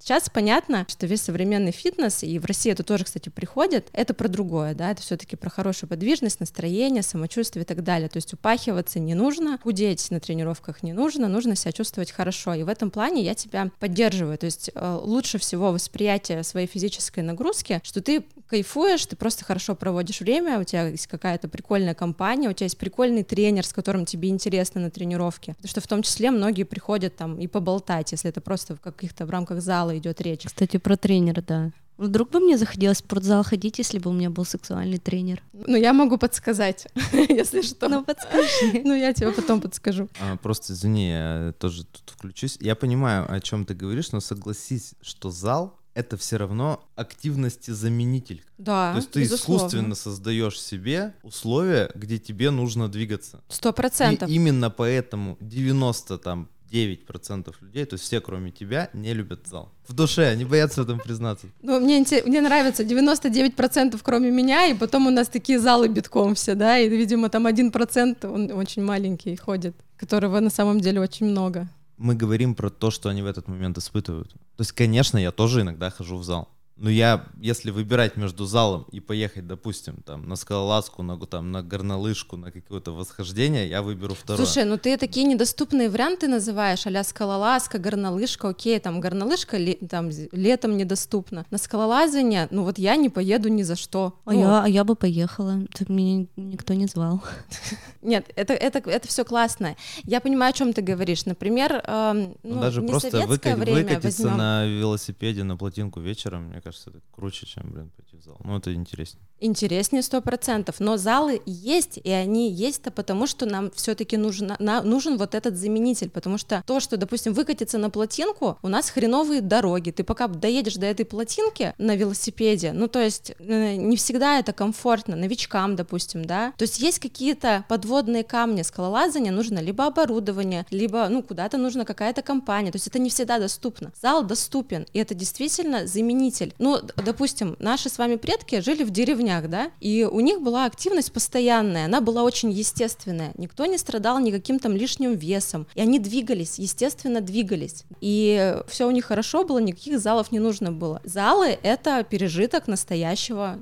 Сейчас понятно, что весь современный фитнес, и в России это тоже, кстати, приходит, это про другое, да, это все-таки про хорошую подвижность, настроение, самочувствие и так далее. То есть упахиваться не нужно, худеть на тренировках не нужно, нужно себя чувствовать хорошо. И в этом плане я тебя поддерживаю. То есть лучше всего восприятие своей физической нагрузки, что ты кайфуешь, ты просто хорошо проводишь время, у тебя есть какая-то прикольная компания, у тебя есть прикольный тренер, с которым тебе интересно на тренировке. Потому что в том числе многие приходят там и поболтать, если это просто в каких-то в рамках зала идет речь. Кстати, про тренера, да. Вдруг бы мне захотелось в спортзал ходить, если бы у меня был сексуальный тренер? Ну, я могу подсказать, если что. Ну, подскажи. Ну, я тебе потом подскажу. Просто извини, я тоже тут включусь. Я понимаю, о чем ты говоришь, но согласись, что зал — это все равно активности-заменитель. Да, то есть ты безусловно. искусственно создаешь себе условия, где тебе нужно двигаться. 100%. И именно поэтому 99% людей, то есть все, кроме тебя, не любят зал. В душе, они боятся в этом признаться. Ну, мне нравится 99% кроме меня, и потом у нас такие залы битком все, да, и, видимо, там 1%, он очень маленький ходит, которого на самом деле очень много. Мы говорим про то, что они в этот момент испытывают. То есть, конечно, я тоже иногда хожу в зал. Но если выбирать между залом и поехать, допустим, там, на скалолазку, на горнолыжку, на какое-то восхождение, я выберу второе. Слушай, ну ты такие недоступные варианты называешь, а-ля скалолазка, горнолыжка, окей, там горнолыжка там летом недоступна. На скалолазание, ну вот я не поеду ни за что. Я бы поехала, меня никто не звал. Нет, это все классно. Я понимаю, о чем ты говоришь. Например, даже не просто советское время выкатиться возьмем. на велосипеде на плотинку вечером, мне кажется, это круче, чем, пойти в зал. Ну, это интереснее. Интереснее 100%, но залы есть, и они есть-то потому, что нам все-таки нужен вот этот заменитель, потому что то, что, допустим, выкатиться на плотинку, у нас хреновые дороги, ты пока доедешь до этой плотинки на велосипеде, ну, то есть не всегда это комфортно, новичкам, допустим, да, то есть есть какие-то подводные камни скалолазания, нужно либо оборудование, либо, куда-то нужна какая-то компания, то есть это не всегда доступно. Зал доступен, и это действительно заменитель. Ну, допустим, наши с вами предки жили в деревнях, да, и у них была активность постоянная, она была очень естественная, никто не страдал никаким там лишним весом, и они двигались, естественно двигались, и все у них хорошо было, никаких залов не нужно было. Залы — это пережиток настоящего,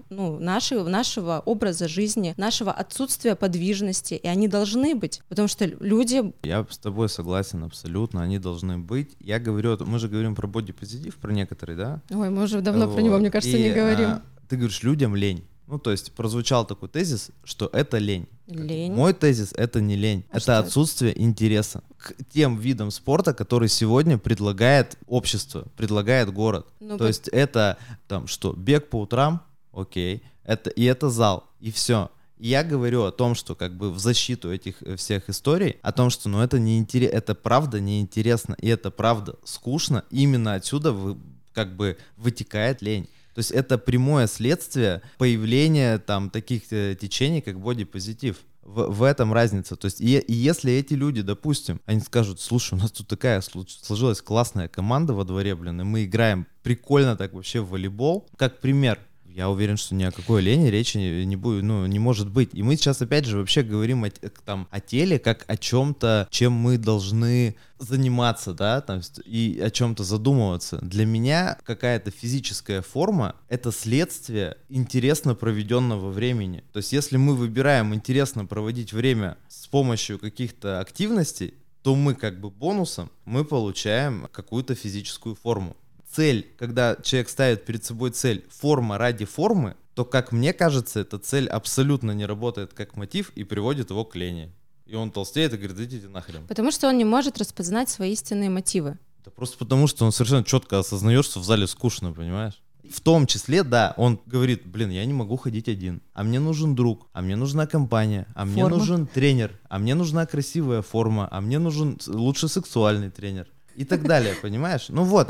нашего образа жизни, нашего отсутствия подвижности, и они должны быть, потому что люди... Я с тобой согласен абсолютно, они должны быть. Мы же говорим про бодипозитив, про некоторые, да? Ой, мы уже давно про него, мне кажется, не говорим. Ты говоришь, людям лень. Ну, то есть прозвучал такой тезис, что это лень. Лень. Мой тезис — это не лень, это отсутствие интереса к тем видам спорта, которые сегодня предлагает общество, предлагает город. То есть это там что, бег по утрам, окей, это зал, и все. И я говорю о том, что как бы в защиту этих всех историй, о том, что это неинтересно, это правда неинтересно, и это правда скучно, именно отсюда как бы вытекает лень. То есть это прямое следствие появления там таких течений, как бодипозитив. В этом разница. То есть и если эти люди, допустим, они скажут, слушай, у нас тут такая сложилась классная команда во дворе, и мы играем прикольно так вообще в волейбол, как пример. Я уверен, что ни о какой лени речи не будет, не может быть. И мы сейчас опять же вообще говорим о теле как о чем-то, чем мы должны заниматься, да, там, и о чем-то задумываться. Для меня какая-то физическая форма — это следствие интересно проведенного времени. То есть если мы выбираем интересно проводить время с помощью каких-то активностей, то мы как бы бонусом мы получаем какую-то физическую форму. Цель, когда человек ставит перед собой цель форма ради формы, то, как мне кажется, эта цель абсолютно не работает как мотив и приводит его к лени. И он толстеет и говорит, идите нахрен. Потому что он не может распознать свои истинные мотивы. Да просто потому, что он совершенно четко осознает, что в зале скучно, понимаешь? В том числе, да, он говорит, я не могу ходить один, а мне нужен друг, а мне нужна компания, а мне нужен тренер, а мне нужна красивая форма, а мне нужен лучше сексуальный тренер. И так далее, понимаешь?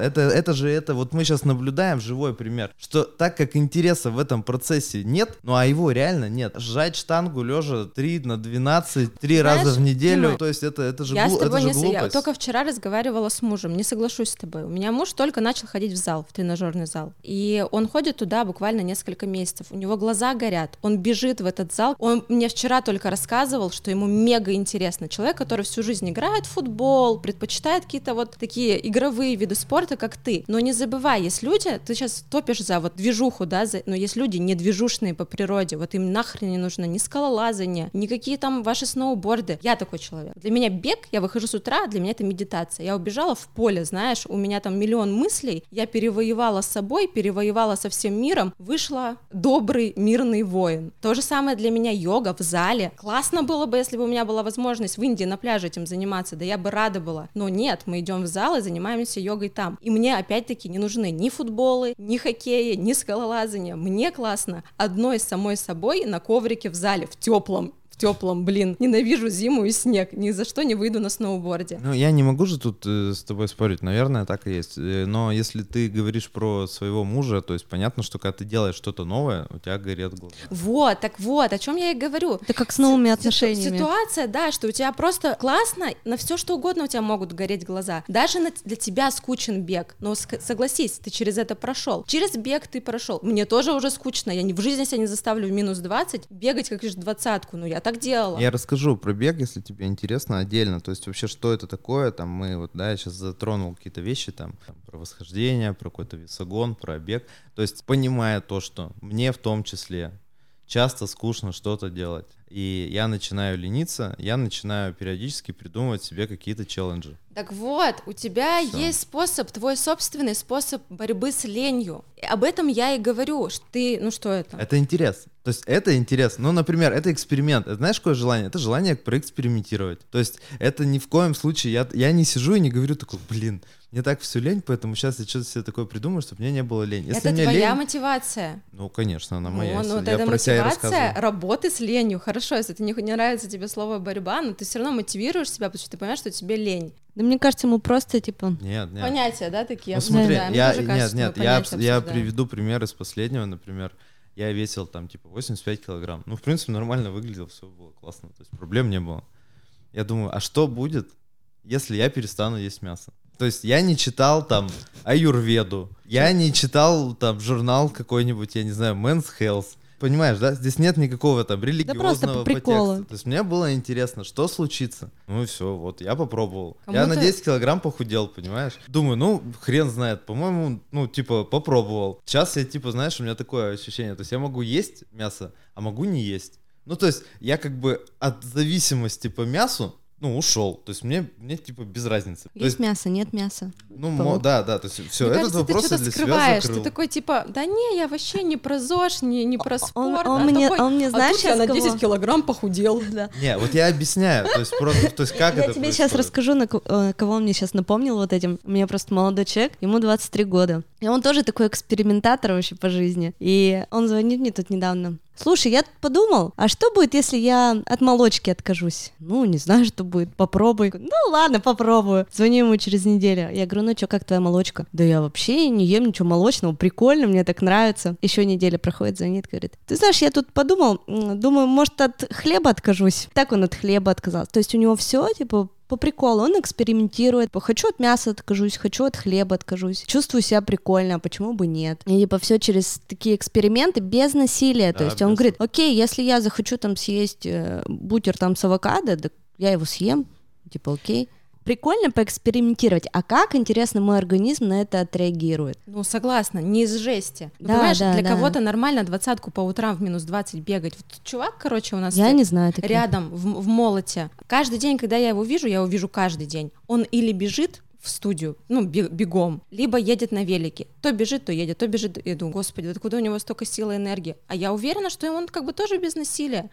Это вот мы сейчас наблюдаем живой пример, что так как интереса в этом процессе нет, а его реально нет, сжать штангу лежа 3 на 12, 3 раза в неделю, Дима, то есть это же я глупость. Я только вчера разговаривала с мужем, не соглашусь с тобой. У меня муж только начал ходить в зал, в тренажерный зал, и он ходит туда буквально несколько месяцев, у него глаза горят, он бежит в этот зал, он мне вчера только рассказывал, что ему мега интересно. Человек, который всю жизнь играет в футбол, предпочитает какие-то вот делают такие игровые виды спорта, как ты. Но не забывай, есть люди, ты сейчас топишь за вот движуху, да, но есть люди не движушные по природе, вот им нахрен не нужно ни скалолазание, никакие там ваши сноуборды. Я такой человек. Для меня бег, я выхожу с утра, для меня это медитация. Я убежала в поле, знаешь, у меня там миллион мыслей, я перевоевала с собой, перевоевала со всем миром, вышла добрый, мирный воин. То же самое для меня йога в зале. Классно было бы, если бы у меня была возможность в Индии на пляже этим заниматься, да я бы рада была. Но нет, мы идем в зал и занимаемся йогой там. И мне опять-таки не нужны ни футболы, ни хоккеи, ни скалолазания. Мне классно одной самой собой на коврике в зале, в теплом, блин, ненавижу зиму и снег, ни за что не выйду на сноуборде. Ну, я не могу же тут с тобой спорить, наверное, так и есть. Но если ты говоришь про своего мужа, то есть понятно, что когда ты делаешь что-то новое, у тебя горят глаза. Вот, так вот, о чем я и говорю. Это как с новыми отношениями. Ситуация, да, что у тебя просто классно, на все что угодно у тебя могут гореть глаза. Даже для тебя скучен бег, но согласись, ты через это прошел. Через бег ты прошел. Мне тоже уже скучно, я в жизни себя не заставлю в минус 20 бегать как лишь 20-ку, ну я так делала. Я расскажу про бег, если тебе интересно, отдельно. То есть вообще, что это такое, там мы вот, да, я сейчас затронул какие-то вещи, там про восхождение, про какой-то весогон, про бег. То есть понимая то, что мне в том числе часто скучно что-то делать, и я начинаю лениться, я начинаю периодически придумывать себе какие-то челленджи. Так вот, у тебя есть способ, твой собственный способ борьбы с ленью. И об этом я и говорю, что ты, ну что это? Это интерес. То есть это интерес. Ну, например, это эксперимент. Это знаешь, какое желание? Это желание проэкспериментировать. То есть это ни в коем случае... Я не сижу и не говорю такой, блин, мне так все лень, поэтому сейчас я что-то себе такое придумаю, чтобы мне не было лень. Если это мне твоя лень... мотивация. Ну, конечно, она моя. Ну, вот я это про себя и мотивация рассказываю. работы с ленью. Хорошо, если не нравится тебе слово борьба, но ты все равно мотивируешь себя, потому что ты понимаешь, что тебе лень. Да мне кажется, ему просто, типа... Нет. Понятия, да, такие? Ну, смотри, да, я я приведу пример из последнего, например. Я весил там типа 85 килограмм. Ну, в принципе, нормально выглядел, все было классно. То есть проблем не было. Я думаю, а что будет, если я перестану есть мясо? То есть я не читал там аюрведу, я не читал там журнал какой-нибудь, я не знаю, Men's Health. Понимаешь, да? Здесь нет никакого там религиозного подтекста. То есть мне было интересно, что случится. Ну и все, вот, я попробовал. Я на 10 килограмм похудел, понимаешь? Думаю, ну, хрен знает, по-моему, ну, типа, попробовал. Сейчас я, типа, знаешь, у меня такое ощущение, то есть я могу есть мясо, а могу не есть. Ну, то есть я как бы от зависимости по мясу, ну, ушел. То есть мне типа без разницы. Есть мясо, нет мяса. Ну, да, то есть все, мне этот кажется, вопрос я ты для скрываешь. себя закрыл. Ты такой, типа, да не, я вообще не про ЗОЖ, не про спорт. Он мне, знаешь, я на 10 килограмм похудел. Да. Не, вот я объясняю, то есть просто, то есть как это Я тебе сейчас расскажу, кого он мне сейчас напомнил вот этим. У меня просто молодой человек, ему 23 года. И он тоже такой экспериментатор вообще по жизни. И он звонит мне тут недавно. Слушай, я тут подумал, а что будет, если я от молочки откажусь? Ну, не знаю, что будет, попробуй. Ну, ладно, попробую. Звоню ему через неделю. Я говорю, ну что, как твоя молочка? Да я вообще не ем ничего молочного, прикольно, мне так нравится. Еще неделя проходит, звонит, говорит, ты знаешь, я тут подумал, думаю, может, от хлеба откажусь. Так он от хлеба отказался. То есть у него все, типа, по приколу, он экспериментирует. Хочу от мяса откажусь, хочу от хлеба откажусь. Чувствую себя прикольно, а почему бы нет? И типа все через такие эксперименты без насилия. Да, то есть он говорит, окей, если я захочу там съесть бутер там с авокадо, да я его съем, типа окей. Прикольно поэкспериментировать. А как, интересно, мой организм на это отреагирует? Ну, согласна, не из жести. Ну, да, понимаешь, да, для кого-то нормально 20-ку по утрам в минус 20 бегать. Вот чувак, короче, у нас я не знаю, рядом в Молоте. Каждый день, когда я его вижу каждый день. Он или бежит в студию, ну, бегом, либо едет на велике. То бежит, то едет, то бежит. Я думаю, господи, откуда у него столько силы и энергии? А я уверена, что он как бы тоже без насилия.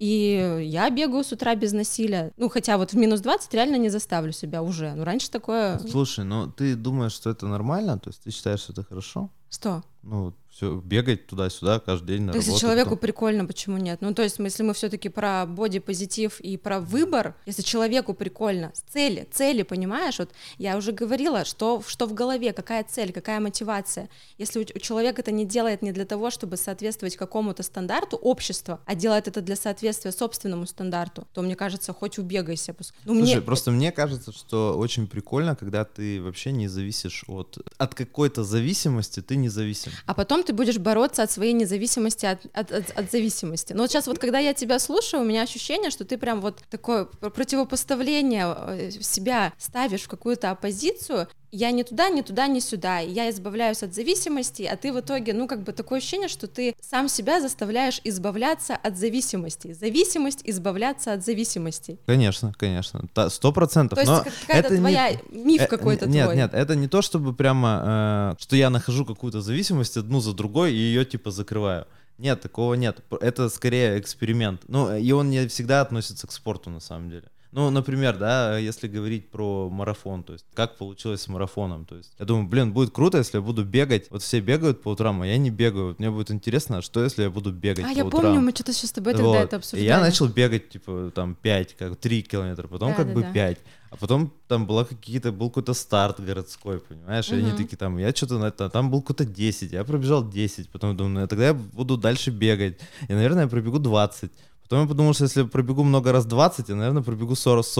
И я бегаю с утра без насилия. Ну, хотя вот в минус 20 реально не заставлю себя уже. Ну, раньше такое... Слушай, ну ты думаешь, что это нормально? То есть ты считаешь, что это хорошо? Что? Ну, все, бегать туда-сюда каждый день на работу. Если человеку прикольно, почему нет? Ну, то есть, если мы все-таки про бодипозитив и про выбор, если человеку прикольно, цели, понимаешь? Вот я уже говорила, что в голове, какая цель, какая мотивация. Если у человека это не делает не для того, чтобы соответствовать какому-то стандарту общества, а делает это для соответствия собственному стандарту, то, мне кажется, хоть убегайся. Ну, слушай, просто мне кажется, что очень прикольно, когда ты вообще не зависишь от какой-то зависимости, ты не зависим. А потом ты будешь бороться от своей независимости, от зависимости. Но вот сейчас вот, когда я тебя слушаю, у меня ощущение, что ты прям вот такое противопоставление себя ставишь в какую-то оппозицию. Я ни туда, ни сюда, я избавляюсь от зависимости, а ты в итоге, ну, как бы такое ощущение, что ты сам себя заставляешь избавляться от зависимости. Зависимость избавляться от зависимости. Конечно, 100%. То есть какая-то твоя миф какой-то твой. Нет, это не то, чтобы прямо, что я нахожу какую-то зависимость одну за другой и ее типа закрываю. Нет, такого нет. Это скорее эксперимент. Ну, и он не всегда относится к спорту, на самом деле. Ну, например, да, если говорить про марафон, то есть как получилось с марафоном, то есть я думаю, будет круто, если я буду бегать, вот все бегают по утрам, а я не бегаю, вот мне будет интересно, что если я буду бегать по утрам. Я помню, мы что-то сейчас с тобой тогда это обсуждали. И я начал бегать, типа, там, 3 километра, потом как бы 5, а потом там был какой-то старт городской, понимаешь, и они такие там, я что-то, там был какой-то 10, я пробежал 10, потом думаю, тогда я буду дальше бегать, и, наверное, я пробегу 20. Потом я подумал, что если я пробегу много раз 20, я, наверное, пробегу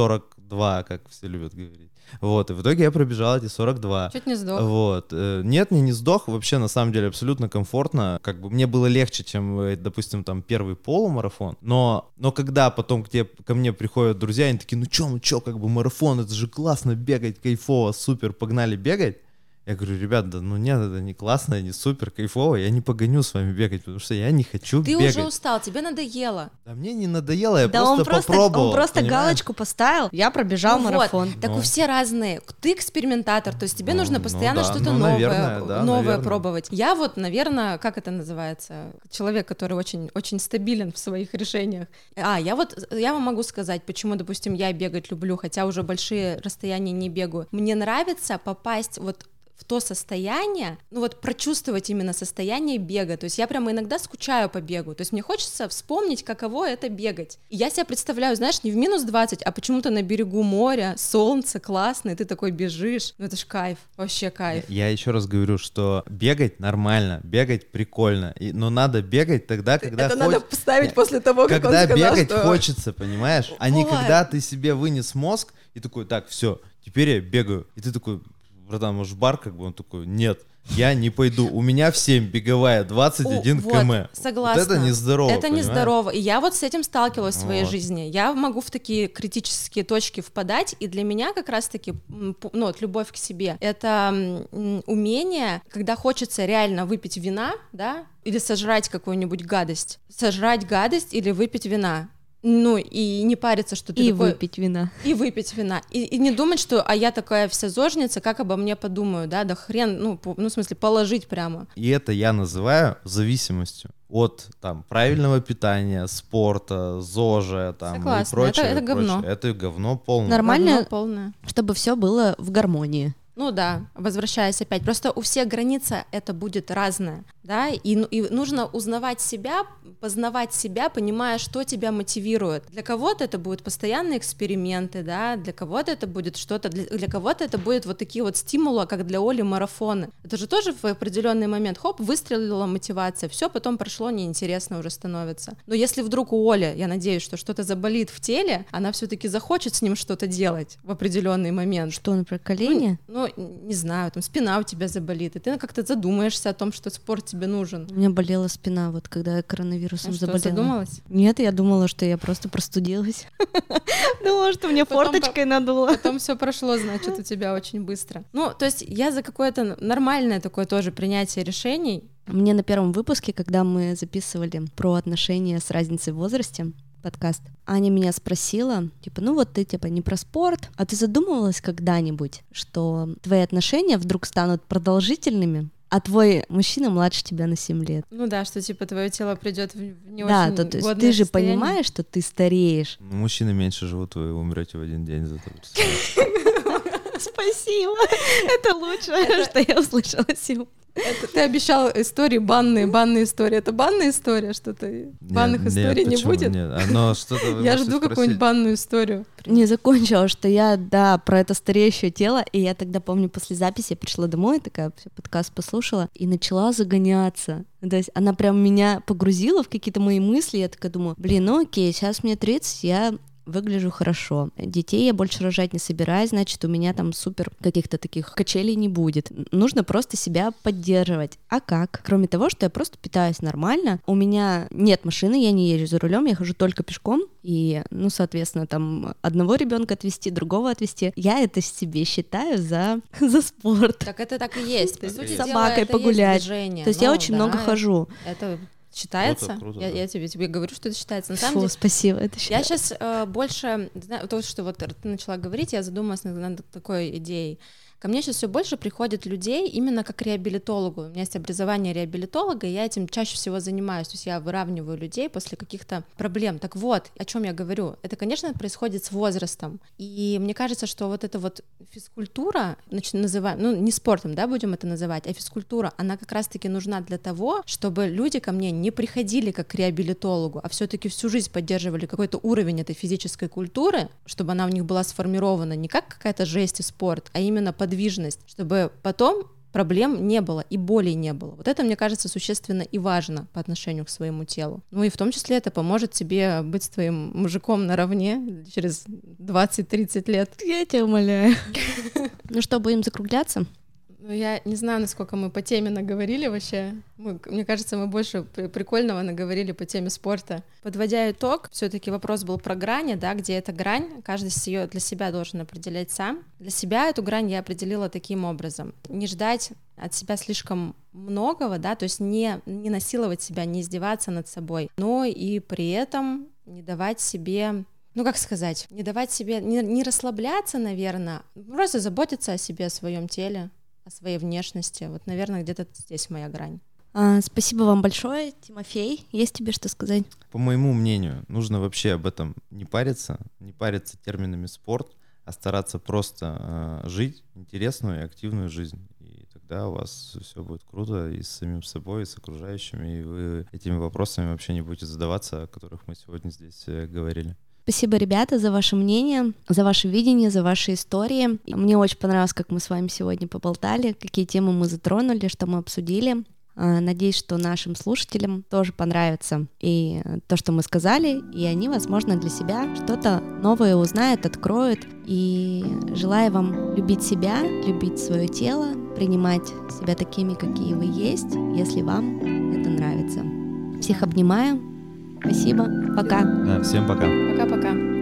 42, как все любят говорить. Вот, и в итоге я пробежал эти 42. Чуть не сдох. Вот. Нет, не сдох, вообще, на самом деле, абсолютно комфортно. Как бы мне было легче, чем, допустим, там, первый полумарафон. Но когда потом ко мне приходят друзья, они такие, ну чё, как бы марафон, это же классно бегать, кайфово, супер, погнали бегать. Я говорю, ребят, нет, это не классно, не супер кайфово, я не погоню с вами бегать, потому что я не хочу бегать. Ты уже устал, тебе надоело. Да мне не надоело, я просто попробовал. Он просто галочку поставил, я пробежал марафон. Вот. Так все разные. Ты экспериментатор, то есть тебе нужно постоянно что-то новое пробовать. Я вот, наверное, как это называется? Человек, который очень, очень стабилен в своих решениях. Я вам могу сказать, почему, допустим, я бегать люблю, хотя уже большие расстояния не бегаю. Мне нравится попасть вот в то состояние, ну вот прочувствовать именно состояние бега, то есть я прямо иногда скучаю по бегу, то есть мне хочется вспомнить, каково это бегать. И я себя представляю, знаешь, не в минус 20, а почему-то на берегу моря, солнце, классно, и ты такой бежишь, ну это ж кайф, вообще кайф. Я еще раз говорю, что бегать нормально, бегать прикольно, но надо бегать тогда, когда это надо поставить после того, как когда он сказал, бегать что... хочется, понимаешь, а не когда ты себе вынес мозг и такой, так, все, теперь я бегаю, и ты такой... Братан, может, бар, как бы он такой, нет, я не пойду, у меня в 7 беговая 21 км. Согласна. Вот это нездорово, это понимаешь? Нездорово, и я вот с этим сталкивалась в своей жизни, я могу в такие критические точки впадать, и для меня как раз-таки, ну, вот любовь к себе, это умение, когда хочется реально выпить вина, да, или сожрать какую-нибудь гадость, или выпить вина. Ну, и не париться, что ты такой... выпить вина. И выпить вина. И не думать, что я такая вся зожница, как обо мне подумают, да хрен, ну, в смысле, положить прямо. И это я называю зависимостью от там правильного питания, спорта, ЗОЖа, там, согласна, и прочее. Это говно. Прочее. Это говно полное. Нормально, говно полное. Чтобы все было в гармонии. Ну да, возвращаясь опять, просто у всех граница это будет разная, да, и нужно узнавать себя, познавать себя, понимая, что тебя мотивирует. Для кого-то это будут постоянные эксперименты, да, для кого-то это будет что-то, для кого-то это будет вот такие вот стимулы, как для Оли марафоны. Это же тоже в определенный момент, хоп, выстрелила мотивация, все, потом прошло, неинтересно уже становится. Но если вдруг у Оли, я надеюсь, что что-то заболит в теле, она все-таки захочет с ним что-то делать в определенный момент. Что, например, колени? Ну, не знаю, там спина у тебя заболит, и ты как-то задумаешься о том, что спорт тебе нужен. У меня болела спина, вот когда я коронавирусом заболела. Задумалась? Нет, я думала, что я просто простудилась. Думала, что мне форточкой надуло. Потом все прошло, значит, у тебя очень быстро. Ну, то есть я за какое-то нормальное такое тоже принятие решений. Мне на первом выпуске, когда мы записывали про отношения с разницей в возрасте, подкаст, Аня меня спросила, типа, ну вот ты, типа, не про спорт, а ты задумывалась когда-нибудь, что твои отношения вдруг станут продолжительными, а твой мужчина младше тебя на 7 лет? Ну да, что, типа, твое тело придет в не да, очень то есть годное ты же состояние. понимаешь, что ты стареешь. Мужчины меньше живут, вы умрете в один день зато. Спасибо, это лучшее, что я услышала сегодня. Ты обещал истории банные истории. Это банная история, что-то банных историй не будет? Нет, оно что-то. Я жду какую-нибудь банную историю. Не закончила, что я, да, про это стареющее тело, и я тогда помню, после записи я пришла домой, такая подкаст послушала, и начала загоняться. То есть она прям меня погрузила в какие-то мои мысли, я такая думаю, блин, ну окей, сейчас мне 30, я выгляжу хорошо. Детей я больше рожать не собираюсь, значит, у меня там супер каких-то таких качелей не будет. Нужно просто себя поддерживать. А как? Кроме того, что я просто питаюсь нормально, у меня нет машины, я не езжу за рулем, я хожу только пешком, и, соответственно, там одного ребенка отвезти, другого отвезти. Я это себе считаю за спорт. Так это так и есть. По сути с собакой дела, погулять. То есть я очень много хожу. Это считается? Круто, я тебе говорю, что это считается. На самом деле, спасибо, это считается. Я сейчас больше, то, что вот ты начала говорить, я задумалась над такой идеей. Ко мне сейчас все больше приходит людей именно как реабилитологу. У меня есть образование реабилитолога, и я этим чаще всего занимаюсь. То есть я выравниваю людей после каких-то проблем. Так вот, о чем я говорю? Это, конечно, происходит с возрастом. И мне кажется, что вот эта вот физкультура, называем, не спортом, да, будем это называть, а физкультура, она как раз-таки нужна для того, чтобы люди ко мне не приходили как к реабилитологу, а все-таки всю жизнь поддерживали какой-то уровень этой физической культуры, чтобы она у них была сформирована не как какая-то жесть и спорт, а именно подвижность, чтобы потом проблем не было и болей не было. Вот это, мне кажется, существенно и важно по отношению к своему телу. Ну и в том числе это поможет тебе быть с твоим мужиком наравне через 20-30 лет. Я тебя умоляю. Ну что, будем закругляться? Ну, я не знаю, насколько мы по теме наговорили вообще. Мне кажется, мы больше прикольного наговорили по теме спорта. Подводя итог, все-таки вопрос был про грани, да, где эта грань, каждый ее для себя должен определять сам. Для себя эту грань я определила таким образом. Не ждать от себя слишком многого, да, то есть не насиловать себя, не издеваться над собой, но и при этом не давать себе... не давать себе, не расслабляться, наверное, просто заботиться о себе, о своем теле, о своей внешности. Вот, наверное, где-то здесь моя грань. Спасибо вам большое, Тимофей. Есть тебе что сказать? По моему мнению, нужно вообще об этом не париться терминами спорт, а стараться просто жить интересную и активную жизнь. И тогда у вас все будет круто и с самим собой, и с окружающими, и вы этими вопросами вообще не будете задаваться, о которых мы сегодня здесь говорили. Спасибо, ребята, за ваше мнение, за ваше видение, за ваши истории. Мне очень понравилось, как мы с вами сегодня поболтали, какие темы мы затронули, что мы обсудили. Надеюсь, что нашим слушателям тоже понравится и то, что мы сказали, и они, возможно, для себя что-то новое узнают, откроют. И желаю вам любить себя, любить свое тело, принимать себя такими, какие вы есть, если вам это нравится. Всех обнимаю. Спасибо. Пока. Да, всем пока. Пока-пока.